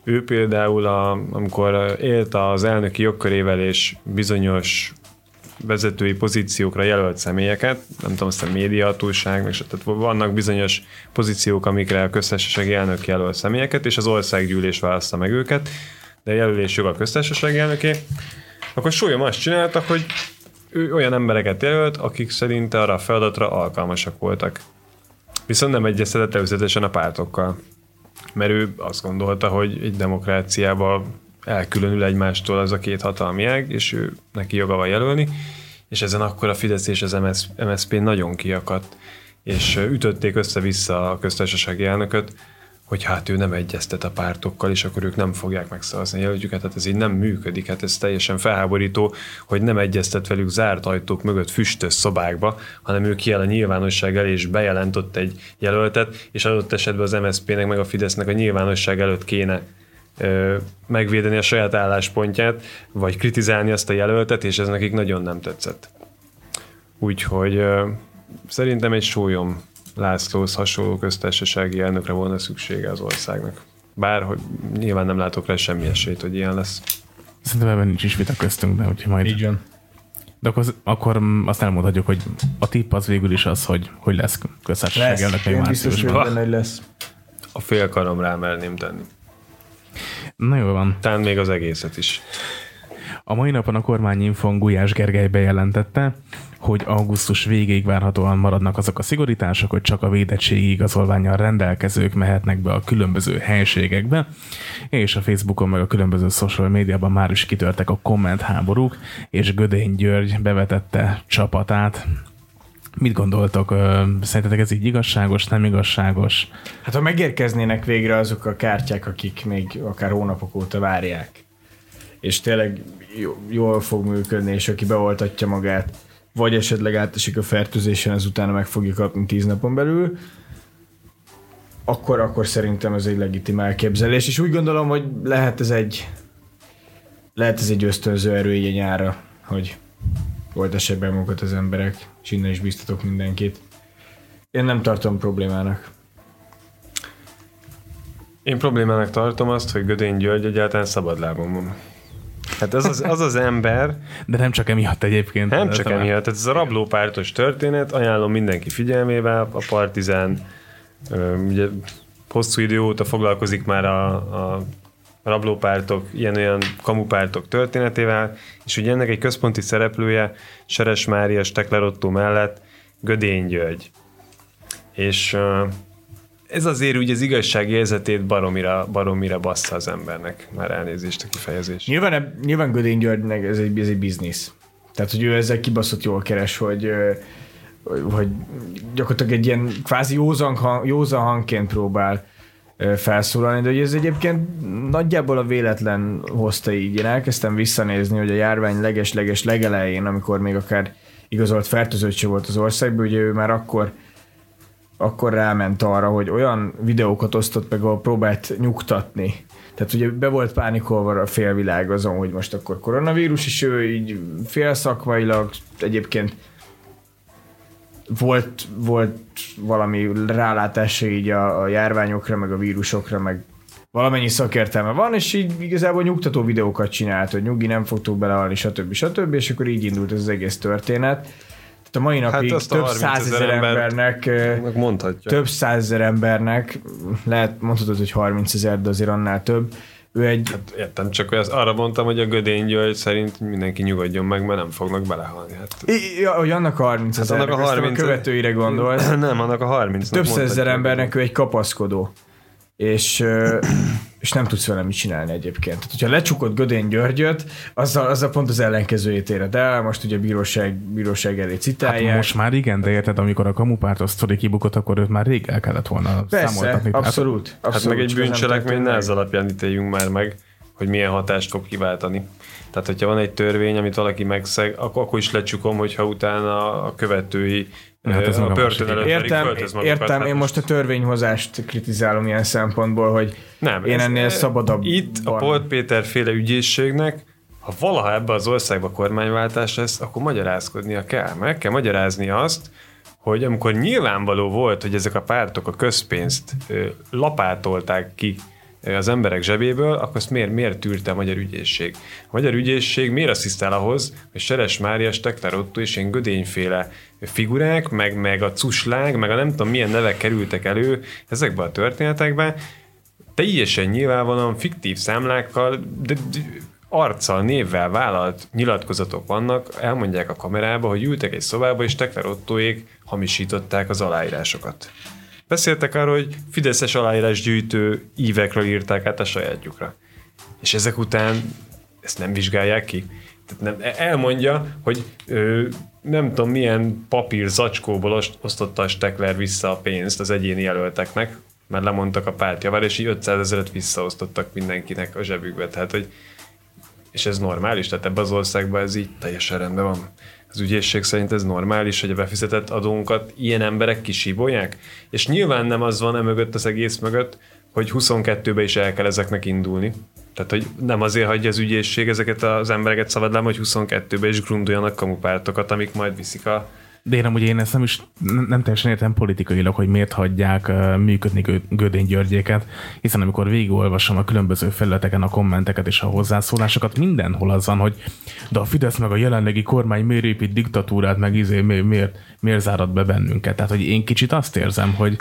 ő például, a, amikor élt az elnöki jogkörével és bizonyos vezetői pozíciókra jelölt személyeket, nem tudom, aztán médiahatóság, és tehát vannak bizonyos pozíciók, amikre a köztársasági elnök jelöl személyeket, és az országgyűlés választa meg őket, de a jelölés joga a köztársasági elnöké, akkor Sólyom azt csinálta, hogy ő olyan embereket jelölt, akik szerinte arra a feladatra alkalmasak voltak. Viszont nem egyeztetett előzetesen a pártokkal, mert ő azt gondolta, hogy egy demokráciában elkülönül egymástól az a két hatalmi ág, és ő neki joga van jelölni, és ezen akkor a Fidesz és az em es zé pé nagyon kiakadt, és ütötték össze-vissza a köztársasági elnököt, hogy hát ő nem egyeztet a pártokkal, és akkor ők nem fogják megszavazni a jelöltjüket, hát ez így nem működik, hát ez teljesen felháborító, hogy nem egyeztet velük zárt ajtók mögött füstös szobákba, hanem ő kiáll a nyilvánosság elé, és bejelentott egy jelöltet, és adott esetben az em es zé pének meg a Fidesznek a nyilvánosság előtt kéne ö, megvédeni a saját álláspontját, vagy kritizálni azt a jelöltet, és ez nekik nagyon nem tetszett. Úgyhogy ö, szerintem egy Sólyom Lászlóhoz hasonló köztársasági elnökre volna szüksége az országnak. Bár, hogy nyilván nem látok rá semmi esélyt, hogy ilyen lesz. Szerintem ebben nincs is vita köztünk, de hogyha majd... Így jön. De akkor, akkor azt elmondhatjuk, hogy a tipp az végül is az, hogy, hogy lesz köztársasági elnök még márciusban. lesz. A fél karom rá merném tenni. Na jól van. Talán még az egészet is. A mai napon a kormányinfon Gulyás Gergely bejelentette, hogy augusztus végéig várhatóan maradnak azok a szigorítások, hogy csak a védettségi igazolvánnyal rendelkezők mehetnek be a különböző helységekbe, és a Facebookon meg a különböző social médiában már is kitörtek a kommentháborúk, és Gödény György bevetette csapatát. Mit gondoltok? Szerintetek ez így igazságos, nem igazságos? Hát ha megérkeznének végre azok a kártyák, akik még akár hónapok óta várják, és tényleg jól fog működni, és aki beoltatja magát, vagy esetleg átesik a fertőzésen, az utána meg fogja kapni tíz napon belül, akkor, akkor szerintem ez egy legitim elképzelés, és úgy gondolom, hogy lehet ez egy lehet ez egy ösztönző erő így a nyárra, hogy oltassák be magukat az emberek, és innen is biztatok mindenkit. Én nem tartom problémának. Én problémának tartom azt, hogy Gödény György egyáltalán szabadlábon van. Hát az az, az az ember... De nem csak emiatt egyébként. Nem csak emiatt. Ez a rablópártos történet, ajánlom mindenki figyelmével, a Partizán ugye hosszú idő óta foglalkozik már a, a rablópártok, ilyen-olyan kamupártok történetével, és ugye ennek egy központi szereplője Seres Mária, Stekler Ottó mellett Gödény György. És ez azért úgy az igazság érzetét baromira, baromira bassza az embernek. Már elnézést a kifejezés. Nyilván, nyilván Gödény Györgynek ez egy, ez egy biznisz. Tehát, hogy ő ezzel kibaszott jól keres, hogy, hogy gyakorlatilag egy ilyen kvázi józan, hang, józan hangként próbál felszólalni, de hogy ez egyébként nagyjából a véletlen hozta így. Én elkezdtem visszanézni, hogy a járvány leges-leges legelején, amikor még akár igazolt fertőzöttség volt az országban, ugye ő már akkor akkor ráment arra, hogy olyan videókat osztott meg, ahol próbált nyugtatni. Tehát ugye be volt pánikolva a félvilág azon, hogy most akkor koronavírus, és ő így félszakmailag egyébként volt, volt valami rálátása így a, a járványokra, meg a vírusokra, meg valamennyi szakértelme van, és így igazából nyugtató videókat csinált, hogy nyugi, nem fogtok belehalni, stb. stb. És akkor így indult ez az egész történet. A mai napig hát több százezer embernek, több százezer embernek, lehet mondhatod, hogy harmincezer, de azért annál több. Ő egy... Hát értem, csak az, arra mondtam, hogy a Gödény György szerint mindenki nyugodjon meg, mert nem fognak belehalni. Hát... I, ja, hogy annak a harmincezer, hát a, a követőire gondolsz. Nem, annak a harminc. Több százezer embernek ő egy kapaszkodó. És, és nem tudsz vele mit csinálni egyébként. Tehát, hogyha lecsukod Gödény Györgyöt, azzal, azzal pont az ellenkezőjét éred el, most ugye bíróság, bíróság elé citálják. Hát most már igen, de érted, amikor a kamupártos sztori kibukott, akkor őt már rég el kellett volna Persze, számoltatni. abszolút. Hát, abszolút hát meg egy bűncselekmény, ne ez alapján ítéljünk már meg, hogy milyen hatást fog kiváltani. Tehát, hogyha van egy törvény, amit valaki megszeg, akkor, akkor is lecsukom, hogyha utána a követői hát a börtön előtt értem, magukat, értem, hát én most a törvényhozást kritizálom ilyen szempontból, hogy nem, én ennél ez, szabadabb. Itt a Polt Péter féle ügyészségnek, ha valaha ebbe az országba kormányváltás lesz, akkor magyarázkodnia kell. Meg kell magyarázni azt, hogy amikor nyilvánvaló volt, hogy ezek a pártok a közpénzt lapátolták ki az emberek zsebéből, akkor azt miért, miért tűrte a magyar ügyészség? A magyar ügyészség miért asszisztál ahhoz, hogy Seres Mária, Stekler Otto és ilyen gödényféle figurák, meg, meg a cuslág, meg a nem tudom milyen nevek kerültek elő ezekbe a történetekbe, teljesen nyilvánvalóan fiktív számlákkal, de, de arccal, névvel vállalt nyilatkozatok vannak, elmondják a kamerába, hogy ültek egy szobába, és Stekler Ottóék hamisították az aláírásokat. Beszéltek arról, hogy fideszes aláírásgyűjtő ívekről írták át a sajátjukra. És ezek után ezt nem vizsgálják ki. Tehát nem, elmondja, hogy ö, nem tudom milyen papír zacskóból osztotta a Stekler vissza a pénzt az egyéni jelölteknek, mert lemondtak a pártjavára, és így ötszázezret visszaosztottak mindenkinek a zsebükbe. Tehát, hogy és ez normális, tehát ebben az országban ez így teljesen rendben van. Az ügyészség szerint ez normális, hogy a befizetett adónkat ilyen emberek kisíbolják, és nyilván nem az van emögött az egész mögött, hogy huszonkettőbe is el kell ezeknek indulni. Tehát, hogy nem azért hagyja az ügyészség ezeket az embereket szabadlán, hogy huszonkettőbe is grundoljanak kamupártokat, amik majd viszik a... De én amúgy én ezt nem is nem teljesen értem politikailag, hogy miért hagyják uh, működni Gödény Györgyéket, hiszen amikor végigolvasom a különböző felületeken a kommenteket és a hozzászólásokat, mindenhol az van, hogy de a Fidesz meg a jelenlegi kormány miért épít diktatúrát, meg izé, miért, miért, miért zárad be bennünket. Tehát, hogy én kicsit azt érzem, hogy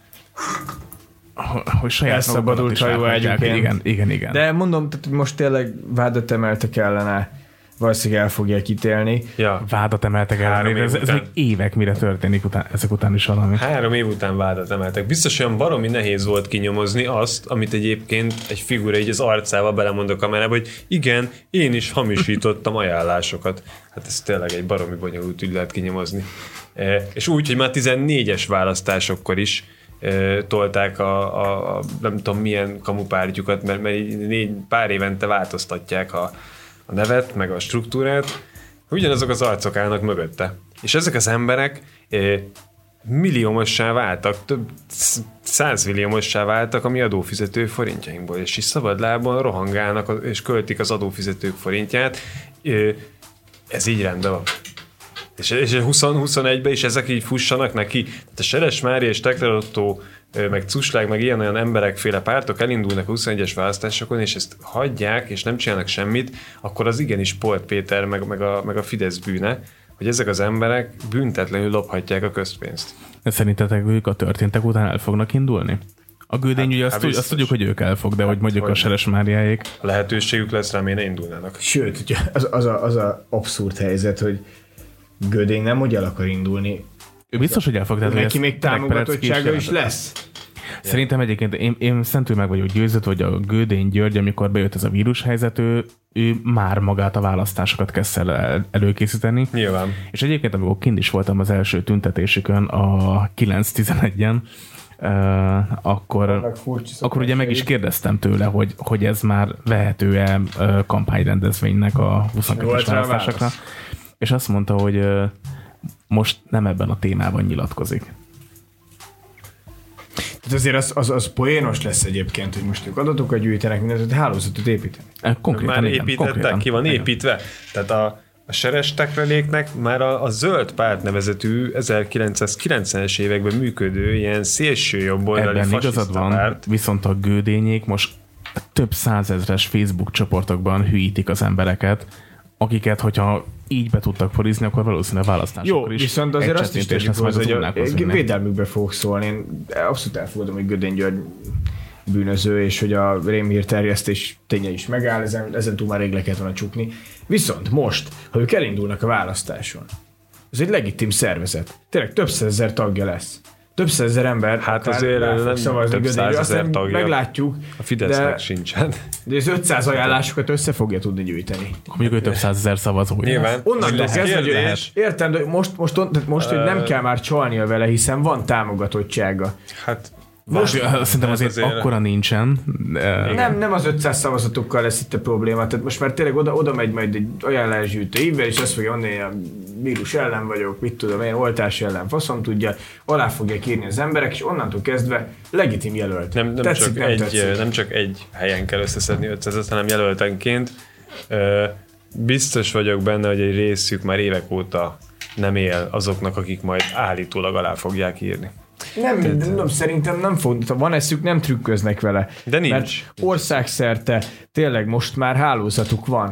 hogy saját elszabadult hajóágyúként. Igen, igen, igen. De mondom, tehát most tényleg vádat emeltek ellene, valószínűleg el fogják ítélni. Ja. Vádat emeltek ellene. Ez, ez még évek, mire történik után, ezek után is valami. Három év után vádat emeltek. Biztos olyan baromi nehéz volt kinyomozni azt, amit egyébként egy figura így az arcába belemond a kamerába, hogy igen, én is hamisítottam ajánlásokat. Hát ez tényleg egy baromi bonyolult ügy lehet kinyomozni. E, és úgy, hogy már tizennégyes választásokkor is e, tolták a, a, a nem tudom milyen kamupártyukat, mert, mert négy, pár évente változtatják a a nevet, meg a struktúrát, ugyanazok az arcok állnak mögötte. És ezek az emberek eh, milliómossá váltak, több százmilliómossá váltak a mi adófizető forintjainkból, és is szabadlábon rohangálnak és költik az adófizetők forintját. Eh, ez így rendben van. És, és húsz-huszonegyben is ezek így fussanak neki. Tehát a Seres Mária és Stekler Otto meg Cuslág, meg ilyen-olyan emberekféle pártok elindulnak a huszonegyes választásokon, és ezt hagyják, és nem csinálnak semmit, akkor az igenis Polt Péter, meg, meg, a, meg a Fidesz bűne, hogy ezek az emberek büntetlenül lophatják a közpénzt. De szerintetek ők a történtek után el fognak indulni? A Gödény, hát, ugye azt, tud, azt tudjuk, hogy ők elfog, de hogy mondjuk hogy a Seres Máriáék. A lehetőségük lesz, rá ne indulnának. Sőt, ugye az, az, a, az a abszurd helyzet, hogy Gödény nem úgy el akar indulni. Ő biztos, hogy elfog. Tehát neki még támogatottsága is lesz. Szerintem egyébként én, én szentül meg vagyok győződve, hogy a Gödény György, amikor bejött ez a vírushelyzet, ő, ő már magát a választásokat kezdte el, előkészíteni. Nyilván. És egyébként, amikor kint is voltam az első tüntetésükön, a kilenc tizenegyen, Uh, akkor, akkor ugye meg is kérdeztem tőle, hogy, hogy ez már vehető-e uh, kampányrendezvénynek a huszonkettes választásokra. És azt mondta, hogy uh, most nem ebben a témában nyilatkozik. Tehát azért az, az, az poénos lesz egyébként, hogy most ők adatokat gyűjtenek, mindent, hálózatot építenek. Konkrétan, már igen, építettek, konkrétan, ki van igen. építve. Tehát a, a Seres Tekleléknek már a, a Zöld Párt nevezetű ezerkilencszázkilencvenes években működő ilyen szélső jobboldali fasiszta van, párt. Viszont a Gödényék most több százezres Facebook csoportokban hülyítik az embereket, akiket, hogyha így be tudtak forizni, akkor valószínűleg választásokkor is. Jó, viszont azért azt is tegyük hozzá, hogy a védelmükbe fogok szólni. Én abszolút elfogadom, hogy Gödény György bűnöző, és hogy a rémhír terjesztés tényleg is megáll, ezen, ezen túl már rég le kellett volna csukni. Viszont most, ha ők elindulnak a választáson, ez egy legitim szervezet. Tényleg több százezer tagja lesz. Több százezer ember hát azért nem szavazni több százezer tagja. Meglátjuk. A Fidesznek sincsen. De az ötszáz ajánlásokat össze fogja tudni gyűjteni. Mondjuk, hogy több százezer szavazója. Nyilván. Onnantól kezdve, hogy értem, de most, most, most, most hogy nem kell már csalnia vele, hiszen van támogatottsága. Hát most szerintem azért, azért akkora nincsen. De... Nem, nem az ötszáz szavazatokkal lesz itt a probléma. Tehát most már tényleg oda, oda megy majd egy ajánlásgyűjtő évvel, és azt fogja mondani, a vírus ellen vagyok, mit tudom én, oltás ellen, faszom tudja, alá fogják írni az emberek, és onnantól kezdve legitim jelölt. Nem, nem, tetszik, csak, nem, egy, nem csak egy helyen kell összeszedni ötszázat, hanem jelöltenként. Biztos vagyok benne, hogy egy részük már évek óta nem él azoknak, akik majd állítólag alá fogják írni. Nem, Tehát... nem, szerintem nem fog, van eszük, nem trükköznek vele. De nincs. Mert országszerte tényleg most már hálózatuk van.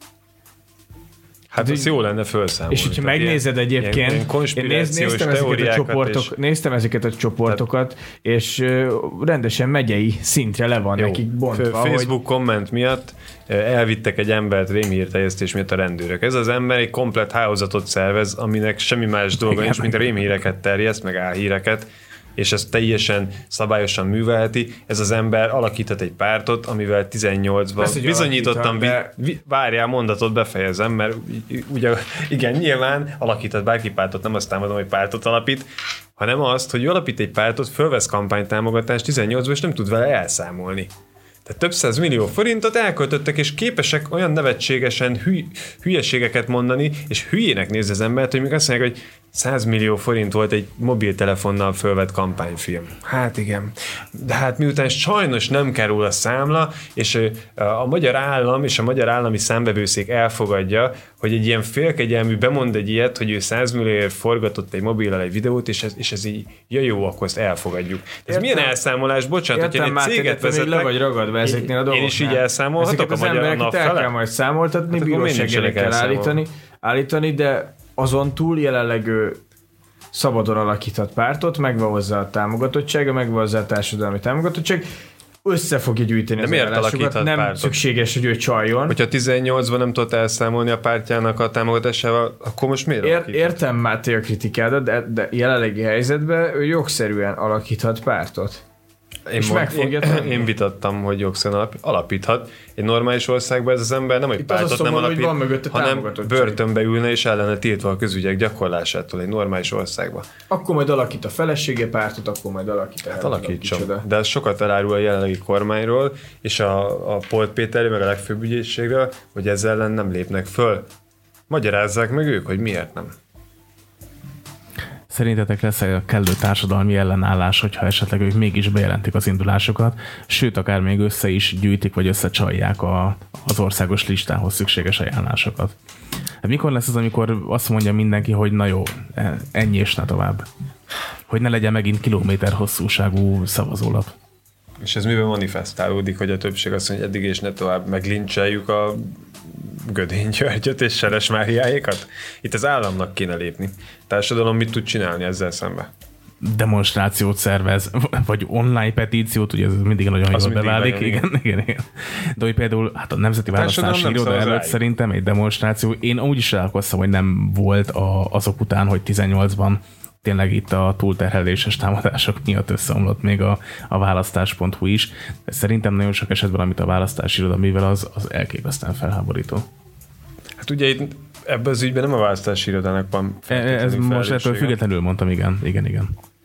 Hát az jó lenne felszámolni. És hogyha megnézed ilyen, egyébként, ilyen én néz, néztem, ezeket a csoportok, és... néztem ezeket a csoportokat, Tehát... és uh, rendesen megyei szintre le van jó. nekik bontva. Facebook hogy... komment miatt elvittek egy embert rémhírterjesztés miatt a rendőrök. Ez az ember egy komplett hálózatot szervez, aminek semmi más dolga nincs, mint a rémhíreket terjeszt, meg álhíreket, és ezt teljesen szabályosan művelheti. Ez az ember alakíthat egy pártot, amivel tizennyolcban bizonyítottam, de... vi- várjál, mondatot befejezem, mert ugye, igen, nyilván alakíthat bárki pártot, nem azt támadom, hogy pártot alapít, hanem azt, hogy alapít egy pártot, fölvesz kampánytámogatást tizennyolcban, és nem tud vele elszámolni. Tehát több száz millió forintot elköltöttek, és képesek olyan nevetségesen hüly, hülyeségeket mondani, és hülyének néz az embert, hogy még azt mondják, hogy száz millió forint volt egy mobiltelefonnal fölvett kampányfilm. Hát igen. De hát miután sajnos nem kell róla számla, és a magyar állam és a magyar állami számvevőszék elfogadja, hogy egy ilyen félkegyelmű bemond egy ilyet, hogy ő száz millióért forgatott egy mobillal egy videót, és ez, és ez így, ja jó, akkor ezt elfogadjuk. Ez értem, milyen elszámolás? Bocsánat, értem, hogyha egy céget vezetnek, le vagy ragadva ezeknél a dolgoknál. Én is így elszámolhatok a magyar nap fele? El kell majd számoltatni, hát bíróságra kell állítani, állítani, de azon túl jelenleg ő szabadon alakíthat pártot, megvan hozzá a támogatottsága, megvan hozzá a társadalmi támogatottság, össze fogja gyűjteni de az állásokat, nem pártot? Szükséges, hogy ő csaljon. Hogyha tizennyolcban nem tudott elszámolni a pártjának a támogatásával, akkor most miért Ér, Értem Máté a kritikádat, de, de jelenlegi helyzetben ő jogszerűen alakíthat pártot. Én, mond, én, én vitattam, hogy jogszerűen alapíthat. Egy normális országban ez az ember nem egy pártot nem alapít, hanem börtönbe ülne és ellene tiltva a közügyek gyakorlásától egy normális országban. Akkor majd alakít a felesége pártot, akkor majd alakít el. Hát alakítson. De ez sokat elárul a jelenlegi kormányról, és a, a Polt Péterről, meg a legfőbb ügyészségről, hogy ezzel ellen nem lépnek föl. Magyarázzák meg ők, hogy miért nem. Szerintetek lesz a kellő társadalmi ellenállás, hogyha esetleg ők mégis bejelentik az indulásukat, sőt, akár még össze is gyűjtik, vagy összecsalják a, az országos listához szükséges ajánlásokat? Mikor lesz az, amikor azt mondja mindenki, hogy na jó, ennyi és ne tovább? Hogy ne legyen megint kilométer hosszúságú szavazólap? És ez miben manifestálódik, hogy a többség azt mondja, hogy eddig és ne tovább meglincseljük a Gödény Györgyöt és Seres Máriáékat? Itt az államnak kéne lépni. A társadalom mit tud csinálni ezzel szemben? Demonstrációt szervez, vagy online petíciót, ugye ez mindig nagyon jól beválik. Nagyon, igen, igen, igen. De hogy például hát a Nemzeti Választási Iroda előtt rájuk. Szerintem egy demonstráció, én úgy is találkoztam, hogy nem volt a, azok után, hogy tizennyolcban tényleg itt a túlterheléses támadások miatt összeomlott még a, a választás pont hu is. De szerintem nagyon sok esetben, amit a választási iroda mivel az, az elképesztően felháborító. Hát ugye itt ebben az ügyben nem a választási irodának van. Ez most ettől függetlenül mondtam, igen, igen, igen.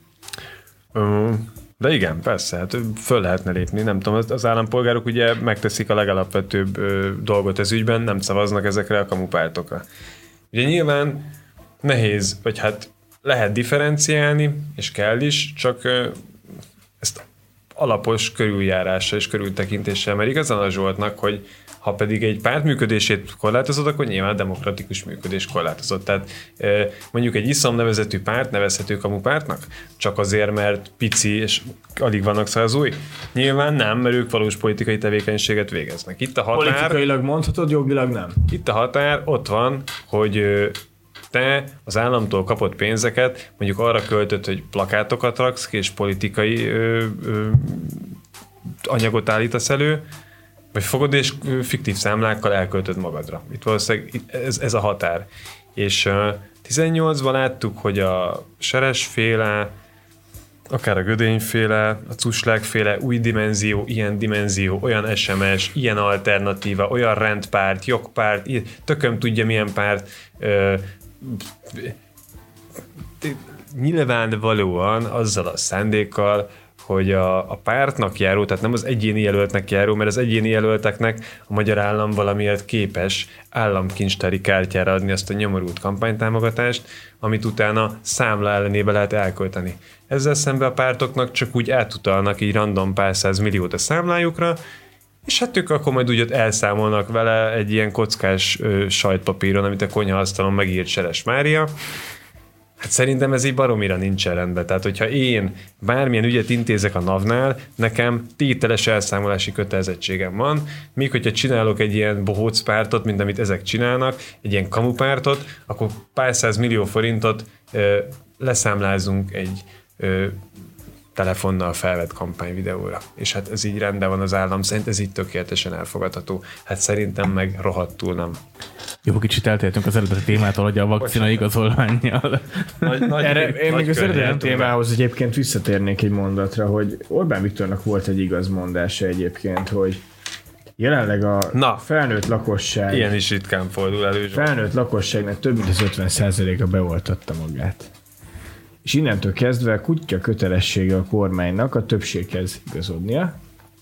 De igen, persze, hát föl lehetne lépni, nem tudom, az állampolgárok ugye megteszik a legalapvetőbb dolgot ez ügyben, nem szavaznak ezekre a kamupártokra. Ugye nyilván nehéz, vagy hát lehet differenciálni, és kell is, csak ezt alapos körüljárással és körültekintéssel, mert igazán a Zsoltnak, hogy ha pedig egy párt működését korlátozott, akkor nyilván a demokratikus működés korlátozott. Tehát mondjuk egy iszom nevezetű párt nevezhető kamupártnak? Csak azért, mert pici és alig vannak szavazói? Nyilván nem, mert ők valós politikai tevékenységet végeznek. Itt a határ... Politikailag mondhatod, jogilag nem. Itt a határ, ott van, hogy te az államtól kapott pénzeket mondjuk arra költöd, hogy plakátokat raksz ki, és politikai ö, ö, anyagot állítasz elő, vagy fogod és fiktív számlákkal elköltöd magadra. Itt valószínűleg ez, ez a határ. És uh, tizennyolcban láttuk, hogy a Seres-féle, akár a Gödény-féle, a Cuslág-féle új dimenzió, ilyen dimenzió, olyan es em es, ilyen alternatíva, olyan rendpárt, jogpárt, tököm tudja milyen párt, uh, nyilvánvalóan azzal a szándékkal, hogy a, a pártnak járó, tehát nem az egyéni jelöltnek járó, mert az egyéni jelölteknek a magyar állam valamiért képes államkincstári kártyára adni azt a nyomorult kampánytámogatást, amit utána számla ellenébe lehet elkölteni. Ezzel szemben a pártoknak csak úgy átutalnak így random pár száz milliót a számlájukra, és hát ők akkor majd úgy elszámolnak vele egy ilyen kockás ö, sajtpapíron, amit a konyhaasztalon megírt Seres Mária, Hát szerintem ez így baromira nincsen rendben. Tehát, hogyha én bármilyen ügyet intézek a NAV-nál, nekem tételes elszámolási kötelezettségem van, míg hogyha csinálok egy ilyen bohóc pártot, mint amit ezek csinálnak, egy ilyen kamupártot, akkor pár száz millió forintot ö, leszámlázunk egy ö, telefonnal felvett kampányvideóra. És hát ez így rendben van az állam szerint, ez így tökéletesen elfogadható. Hát szerintem meg rohadtul nem. Jó, kicsit eltértünk az eredeti témától, hogy a vakcina igazolvánnyal. Nagy, nagy, Erre, én még az eredeti témához egyébként visszatérnék egy mondatra, hogy Orbán Viktornak volt egy igaz mondása egyébként, hogy jelenleg a Na, felnőtt lakosság... Ilyen is ritkán fordul elő. Felnőtt lakosságnak több mint az ötven százaléka beoltatta magát. És innentől kezdve kutya kötelessége a kormánynak a többséghez igazodnia.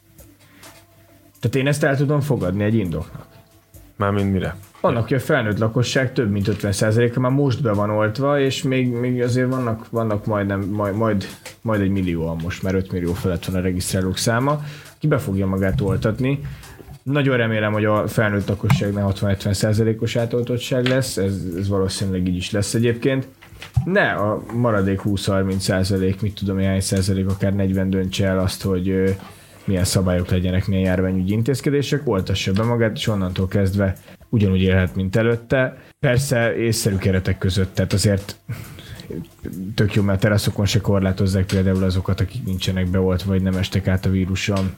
Tehát én ezt el tudom fogadni egy indoknak. Mármint mire? Annak, hogy a felnőtt lakosság több mint ötven százaléka már most be van oltva, és még, még azért vannak, vannak majdnem, majd, majd, majd egy millióan most, már öt millió felett van a regisztrálók száma, ki be fogja magát oltatni. Nagyon remélem, hogy a felnőtt lakosságnál hatvan-hetven százalékos átoltottság lesz, ez, ez valószínűleg így is lesz egyébként. Ne a maradék húsz-harminc százalék, mit tudom, hány százalék, akár negyven döntse el azt, hogy ö, milyen szabályok legyenek, milyen járványügyi intézkedések, oltassa be magát, és onnantól kezdve ugyanúgy élhet, mint előtte. Persze észszerű keretek között, tehát azért tök jó, mert teraszokon se korlátozzák például azokat, akik nincsenek beoltva, vagy nem estek át a víruson.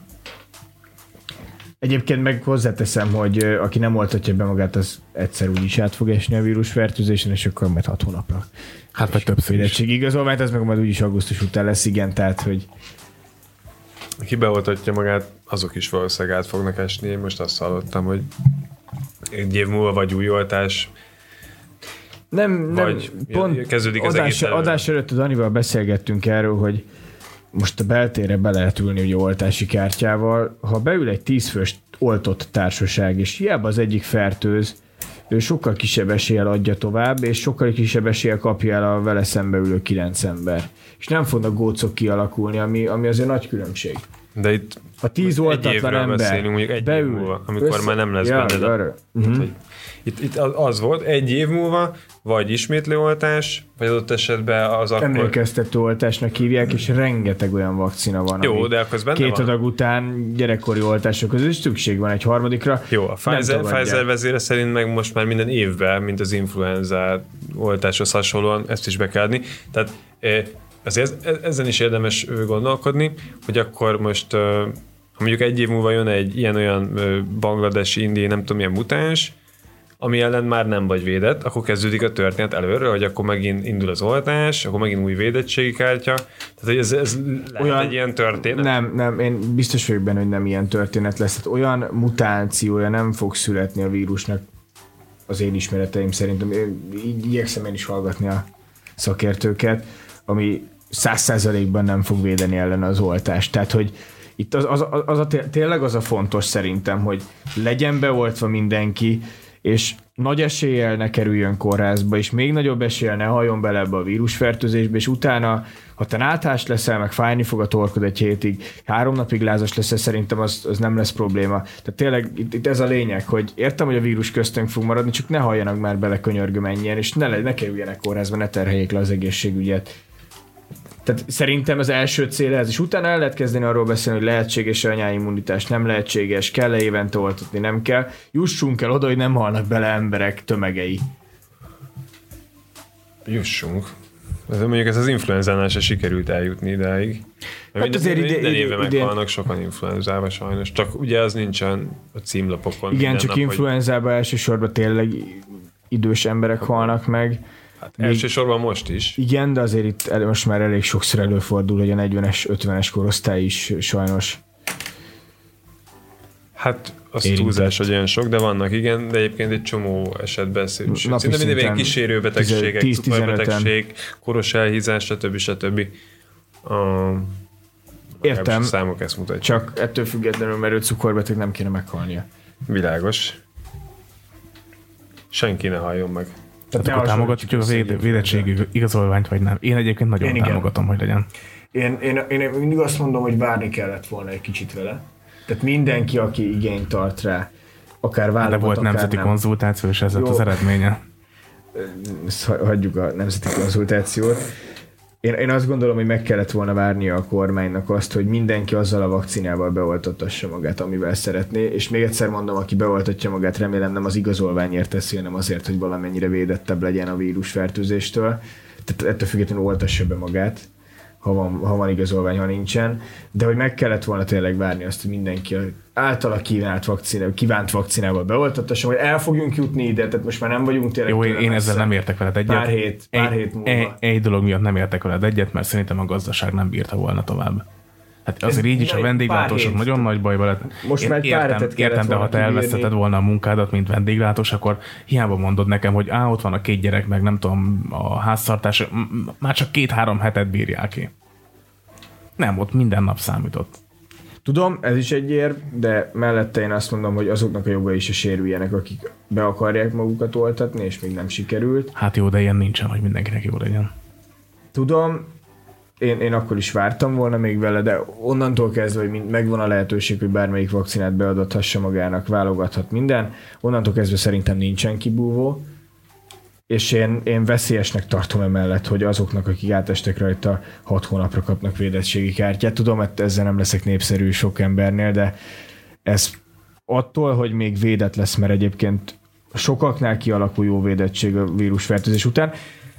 Egyébként meg hozzáteszem, hogy aki nem oltatja be magát, az egyszer úgyis át fog esni a vírusfertőzésen, és akkor majd hat hónapra. Hát vagy többször is. Igazolványt, az meg majd úgyis augusztus után lesz, igen, tehát, hogy... Aki beoltatja magát, azok is valószínűleg át fognak esni. Én most azt hallottam, hogy egy év múlva vagy új oltás, nem, vagy nem, pont kezdődik az adás, egész adás előtt a Danival beszélgettünk erről, hogy most a beltérre be lehet ülni ugye oltási kártyával. Ha beül egy tízfős oltott társaság, és hiába az egyik fertőz, ő sokkal kisebb eséllyel adja tovább, és sokkal kisebb eséllyel kapja el a vele szembe ülő kilenc ember. És nem fognak gócok kialakulni, ami, ami azért nagy különbség. De itt a tíz oltatlan ember beszélünk, mondjuk egy beül, év múlva, amikor össze... már nem lesz ja, benned. A... Uh-huh. Itt, itt az volt, egy év múlva, vagy ismétlőoltás, vagy adott esetben az akkor... Emlékeztető oltásnak hívják, és rengeteg olyan vakcina van, jó, de akkor benne két van. adag után gyerekkori oltások között, és szükség van egy harmadikra. Jó, a Pfizer, Pfizer vezére szerint meg most már minden évben, mint az influenza oltáshoz hasonlóan, ezt is be kell adni. Tehát azért ezen is érdemes gondolkodni, hogy akkor most, ha mondjuk egy év múlva jön egy ilyen-olyan bangladesi, indiai, nem tudom milyen mutáns, ami ellen már nem vagy védett, akkor kezdődik a történet előre, hogy akkor megint indul az oltás, akkor megint új védettségi kártya. Tehát, hogy ez, ez lehet olyan, egy ilyen történet? Nem, nem, én biztos vagyok benne, hogy nem ilyen történet lesz. Tehát olyan mutációja nem fog születni a vírusnak az én ismereteim szerintem. Így igyekszem én is hallgatni a szakértőket, ami száz százalékban nem fog védeni ellen az oltást. Tehát, hogy itt az, az, az, az a, tényleg az a fontos szerintem, hogy legyen beoltva mindenki, és nagy eséllyel ne kerüljön kórházba, és még nagyobb eséllyel ne halljon bele ebbe a vírusfertőzésbe, és utána, ha te náthás leszel, meg fájni fog a torkod egy hétig, három napig lázas leszel, szerintem az, az nem lesz probléma. Tehát tényleg itt, itt ez a lényeg, hogy értem, hogy a vírus köztünk fog maradni, csak ne halljanak már bele könyörgöm ennyien, és ne, ne kerüljenek kórházba, ne terheljék le az egészségügyet. Tehát szerintem az első cél ez, és utána el lehet kezdeni arról beszélni, hogy lehetséges a anyáimmunitás, nem lehetséges, kell-e évente oltatni, nem kell. Jussunk el oda, hogy nem halnak bele emberek tömegei. Jussunk. Ez, mondjuk ez az influenzánál se sikerült eljutni idáig. Hát minden, azért ide, minden éve ide, meghalnak sokan influenzába sajnos, csak ugye az nincsen a címlapokon. Igen, csak nap, influenzába hogy... elsősorban tényleg idős emberek halnak meg. Hát elsősorban most is. Igen, de azért itt el, most már elég sokszor előfordul, hogy a negyvenes, ötvenes korosztály is sajnos hát az érintett. Túlzás, hogy olyan sok, de vannak, igen, de egyébként egy csomó esetben szinte minden ilyen kísérőbetegségek, cukorbetegség, koros elhízás, stb. stb. A, Értem, számok ezt mutatják. Csak ettől függetlenül, mert ő cukorbeteg nem kéne meghalnia. Világos. Senki ne halljon meg. Tehát akkor támogatjuk a véd, védettségi igazolványt, vagy nem? Én egyébként nagyon én támogatom, igen. hogy legyen. Én, én, én mindig azt mondom, hogy várni kellett volna egy kicsit vele. Tehát mindenki, aki igényt tart rá, akár válogat, de volt akár nemzeti nem. konzultáció, és ez lett az eredménye. hagyjuk a nemzeti konzultációt. Én, én azt gondolom, hogy meg kellett volna várnia a kormánynak azt, hogy mindenki azzal a vakcinával beoltattassa magát, amivel szeretné, és még egyszer mondom, aki beoltatja magát, remélem nem az igazolványért teszi, hanem azért, hogy valamennyire védettebb legyen a vírusfertőzéstől. Tehát ettől függetlenül oltassa be magát, ha van, ha van igazolvány, ha nincsen, de hogy meg kellett volna tényleg várni azt, hogy mindenki általa kívánt vakcinával, kívánt vakcinával beoltattassa, hogy el fogjunk jutni ide, tehát most már nem vagyunk tényleg. Jó, én, én ezzel nem értek veled egyet. Pár hét, pár egy, hét múlva. Egy, egy dolog miatt nem értek veled egyet, mert szerintem a gazdaság nem bírta volna tovább. Hát azért így is a vendéglátósok nagyon nagy bajba lett. Most már értem, értem, de ha te elvesztetted volna a munkádat, mint vendéglátós, akkor hiába mondod nekem, hogy á, ott van a két gyerek, meg nem tudom, a háztartás, már csak két-három hetet bírják ki. Nem, ott minden nap számított. Tudom, ez is egy érv, de mellette én azt mondom, hogy azoknak a jogai is sérüljenek, akik be akarják magukat oltatni, és még nem sikerült. Hát jó, de ilyen nincsen, hogy mindenkinek jó legyen. Tudom, én, én akkor is vártam volna még vele, de onnantól kezdve, hogy megvan a lehetőség, hogy bármelyik vakcinát beadathassa magának, válogathat minden, onnantól kezdve szerintem nincsen kibúvó, és én, én veszélyesnek tartom emellett, hogy azoknak, akik átestek rajta, hat hónapra kapnak védettségi kártyát. Tudom, hogy ezzel nem leszek népszerű sok embernél, de ez attól, hogy még védett lesz, mert egyébként sokaknál kialakul jó védettség a vírusfertőzés után,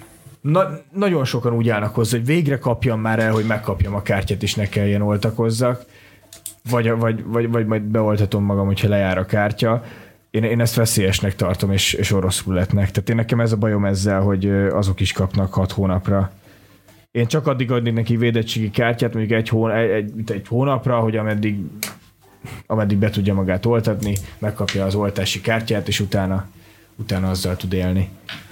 Na, nagyon sokan úgy állnak hozzá, hogy végre kapjam már el, hogy megkapjam a kártyát, és ne kelljen oltakozzak, vagy, vagy, vagy, vagy majd beoltatom magam, hogyha lejár a kártya. Én, én ezt veszélyesnek tartom, és, és orosz rulettnek. Tehát én nekem ez a bajom ezzel, hogy azok is kapnak hat hónapra. Én csak addig adnék neki védettségi kártyát, mondjuk egy, hón, egy, egy, egy hónapra, hogy ameddig, ameddig be tudja magát oltatni, megkapja az oltási kártyát, és utána, utána azzal tud élni.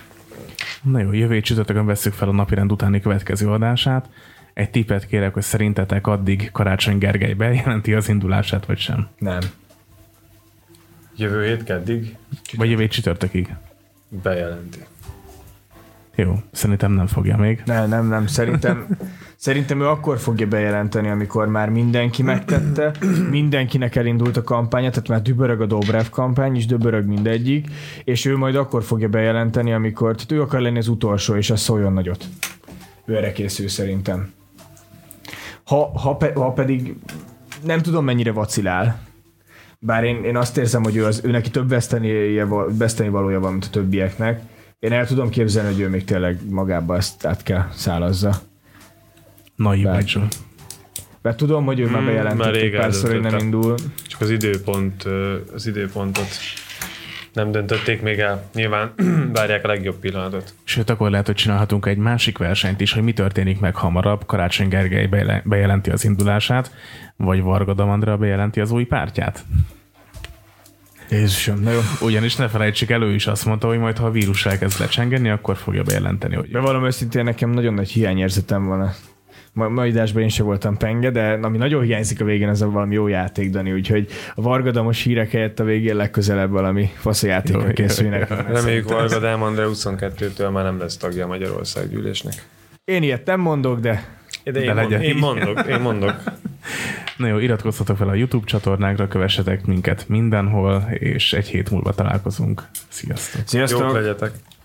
Na jó, jövő csütörtökön vesszük fel a napirend utáni következő adását. Egy tippet kérek, hogy szerintetek addig Karácsony Gergely bejelenti az indulását, vagy sem? Nem. Jövő hét keddig? Vagy jövő csütörtökig? Bejelenti. Jó, szerintem nem fogja még. Nem, nem, nem. Szerintem, szerintem ő akkor fogja bejelenteni, amikor már mindenki megtette, mindenkinek elindult a kampánya, tehát már dübörög a Dobrev kampány, és dübörög mindegyik, és ő majd akkor fogja bejelenteni, amikor, tehát ő akar lenni az utolsó, és az szóljon nagyot. Ő erre készül szerintem. Ha, ha, pe, ha pedig nem tudom, mennyire vacilál, bár én, én azt érzem, hogy ő, az, ő neki több veszteni valója van, mint a többieknek. Én el tudom képzelni, hogy ő még tényleg magába ezt át kell szálazza. Naív vagy, Zsolt. Mert tudom, hogy ő hmm, már bejelentett párszor, hogy nem indul. Csak az időpont, az időpontot nem döntötték még el. Nyilván várják a legjobb pillanatot. Sőt, akkor lehet, hogy csinálhatunk egy másik versenyt is, hogy mi történik meg hamarabb. Karácsony Gergely bejelenti az indulását, vagy Varga Damandra bejelenti az új pártját. Jézusom, na jó. Ugyanis ne felejtsük, elő is azt mondta, hogy majd ha a vírus elkezd lecsengeni, akkor fogja bejelenteni, hogy... Bevallom őszintén, nekem nagyon nagy hiányérzetem van. Ma, mai adásban én sem voltam penge, de ami nagyon hiányzik a végén, az a valami jó játék, Dani, úgyhogy a Varga Damos hírek helyett a végén legközelebb valami fasz játékra készülnek. Reméljük Varga Dámondra huszonkettőtől már nem lesz tagja a Magyarország gyűlésnek. Én ilyet nem mondok, de... De, de én, mond, én mondok, én mondok. Na jó, iratkozzatok fel a YouTube csatornánkra, kövessetek minket mindenhol, és egy hét múlva találkozunk. Sziasztok! Sziasztok! Jók legyetek!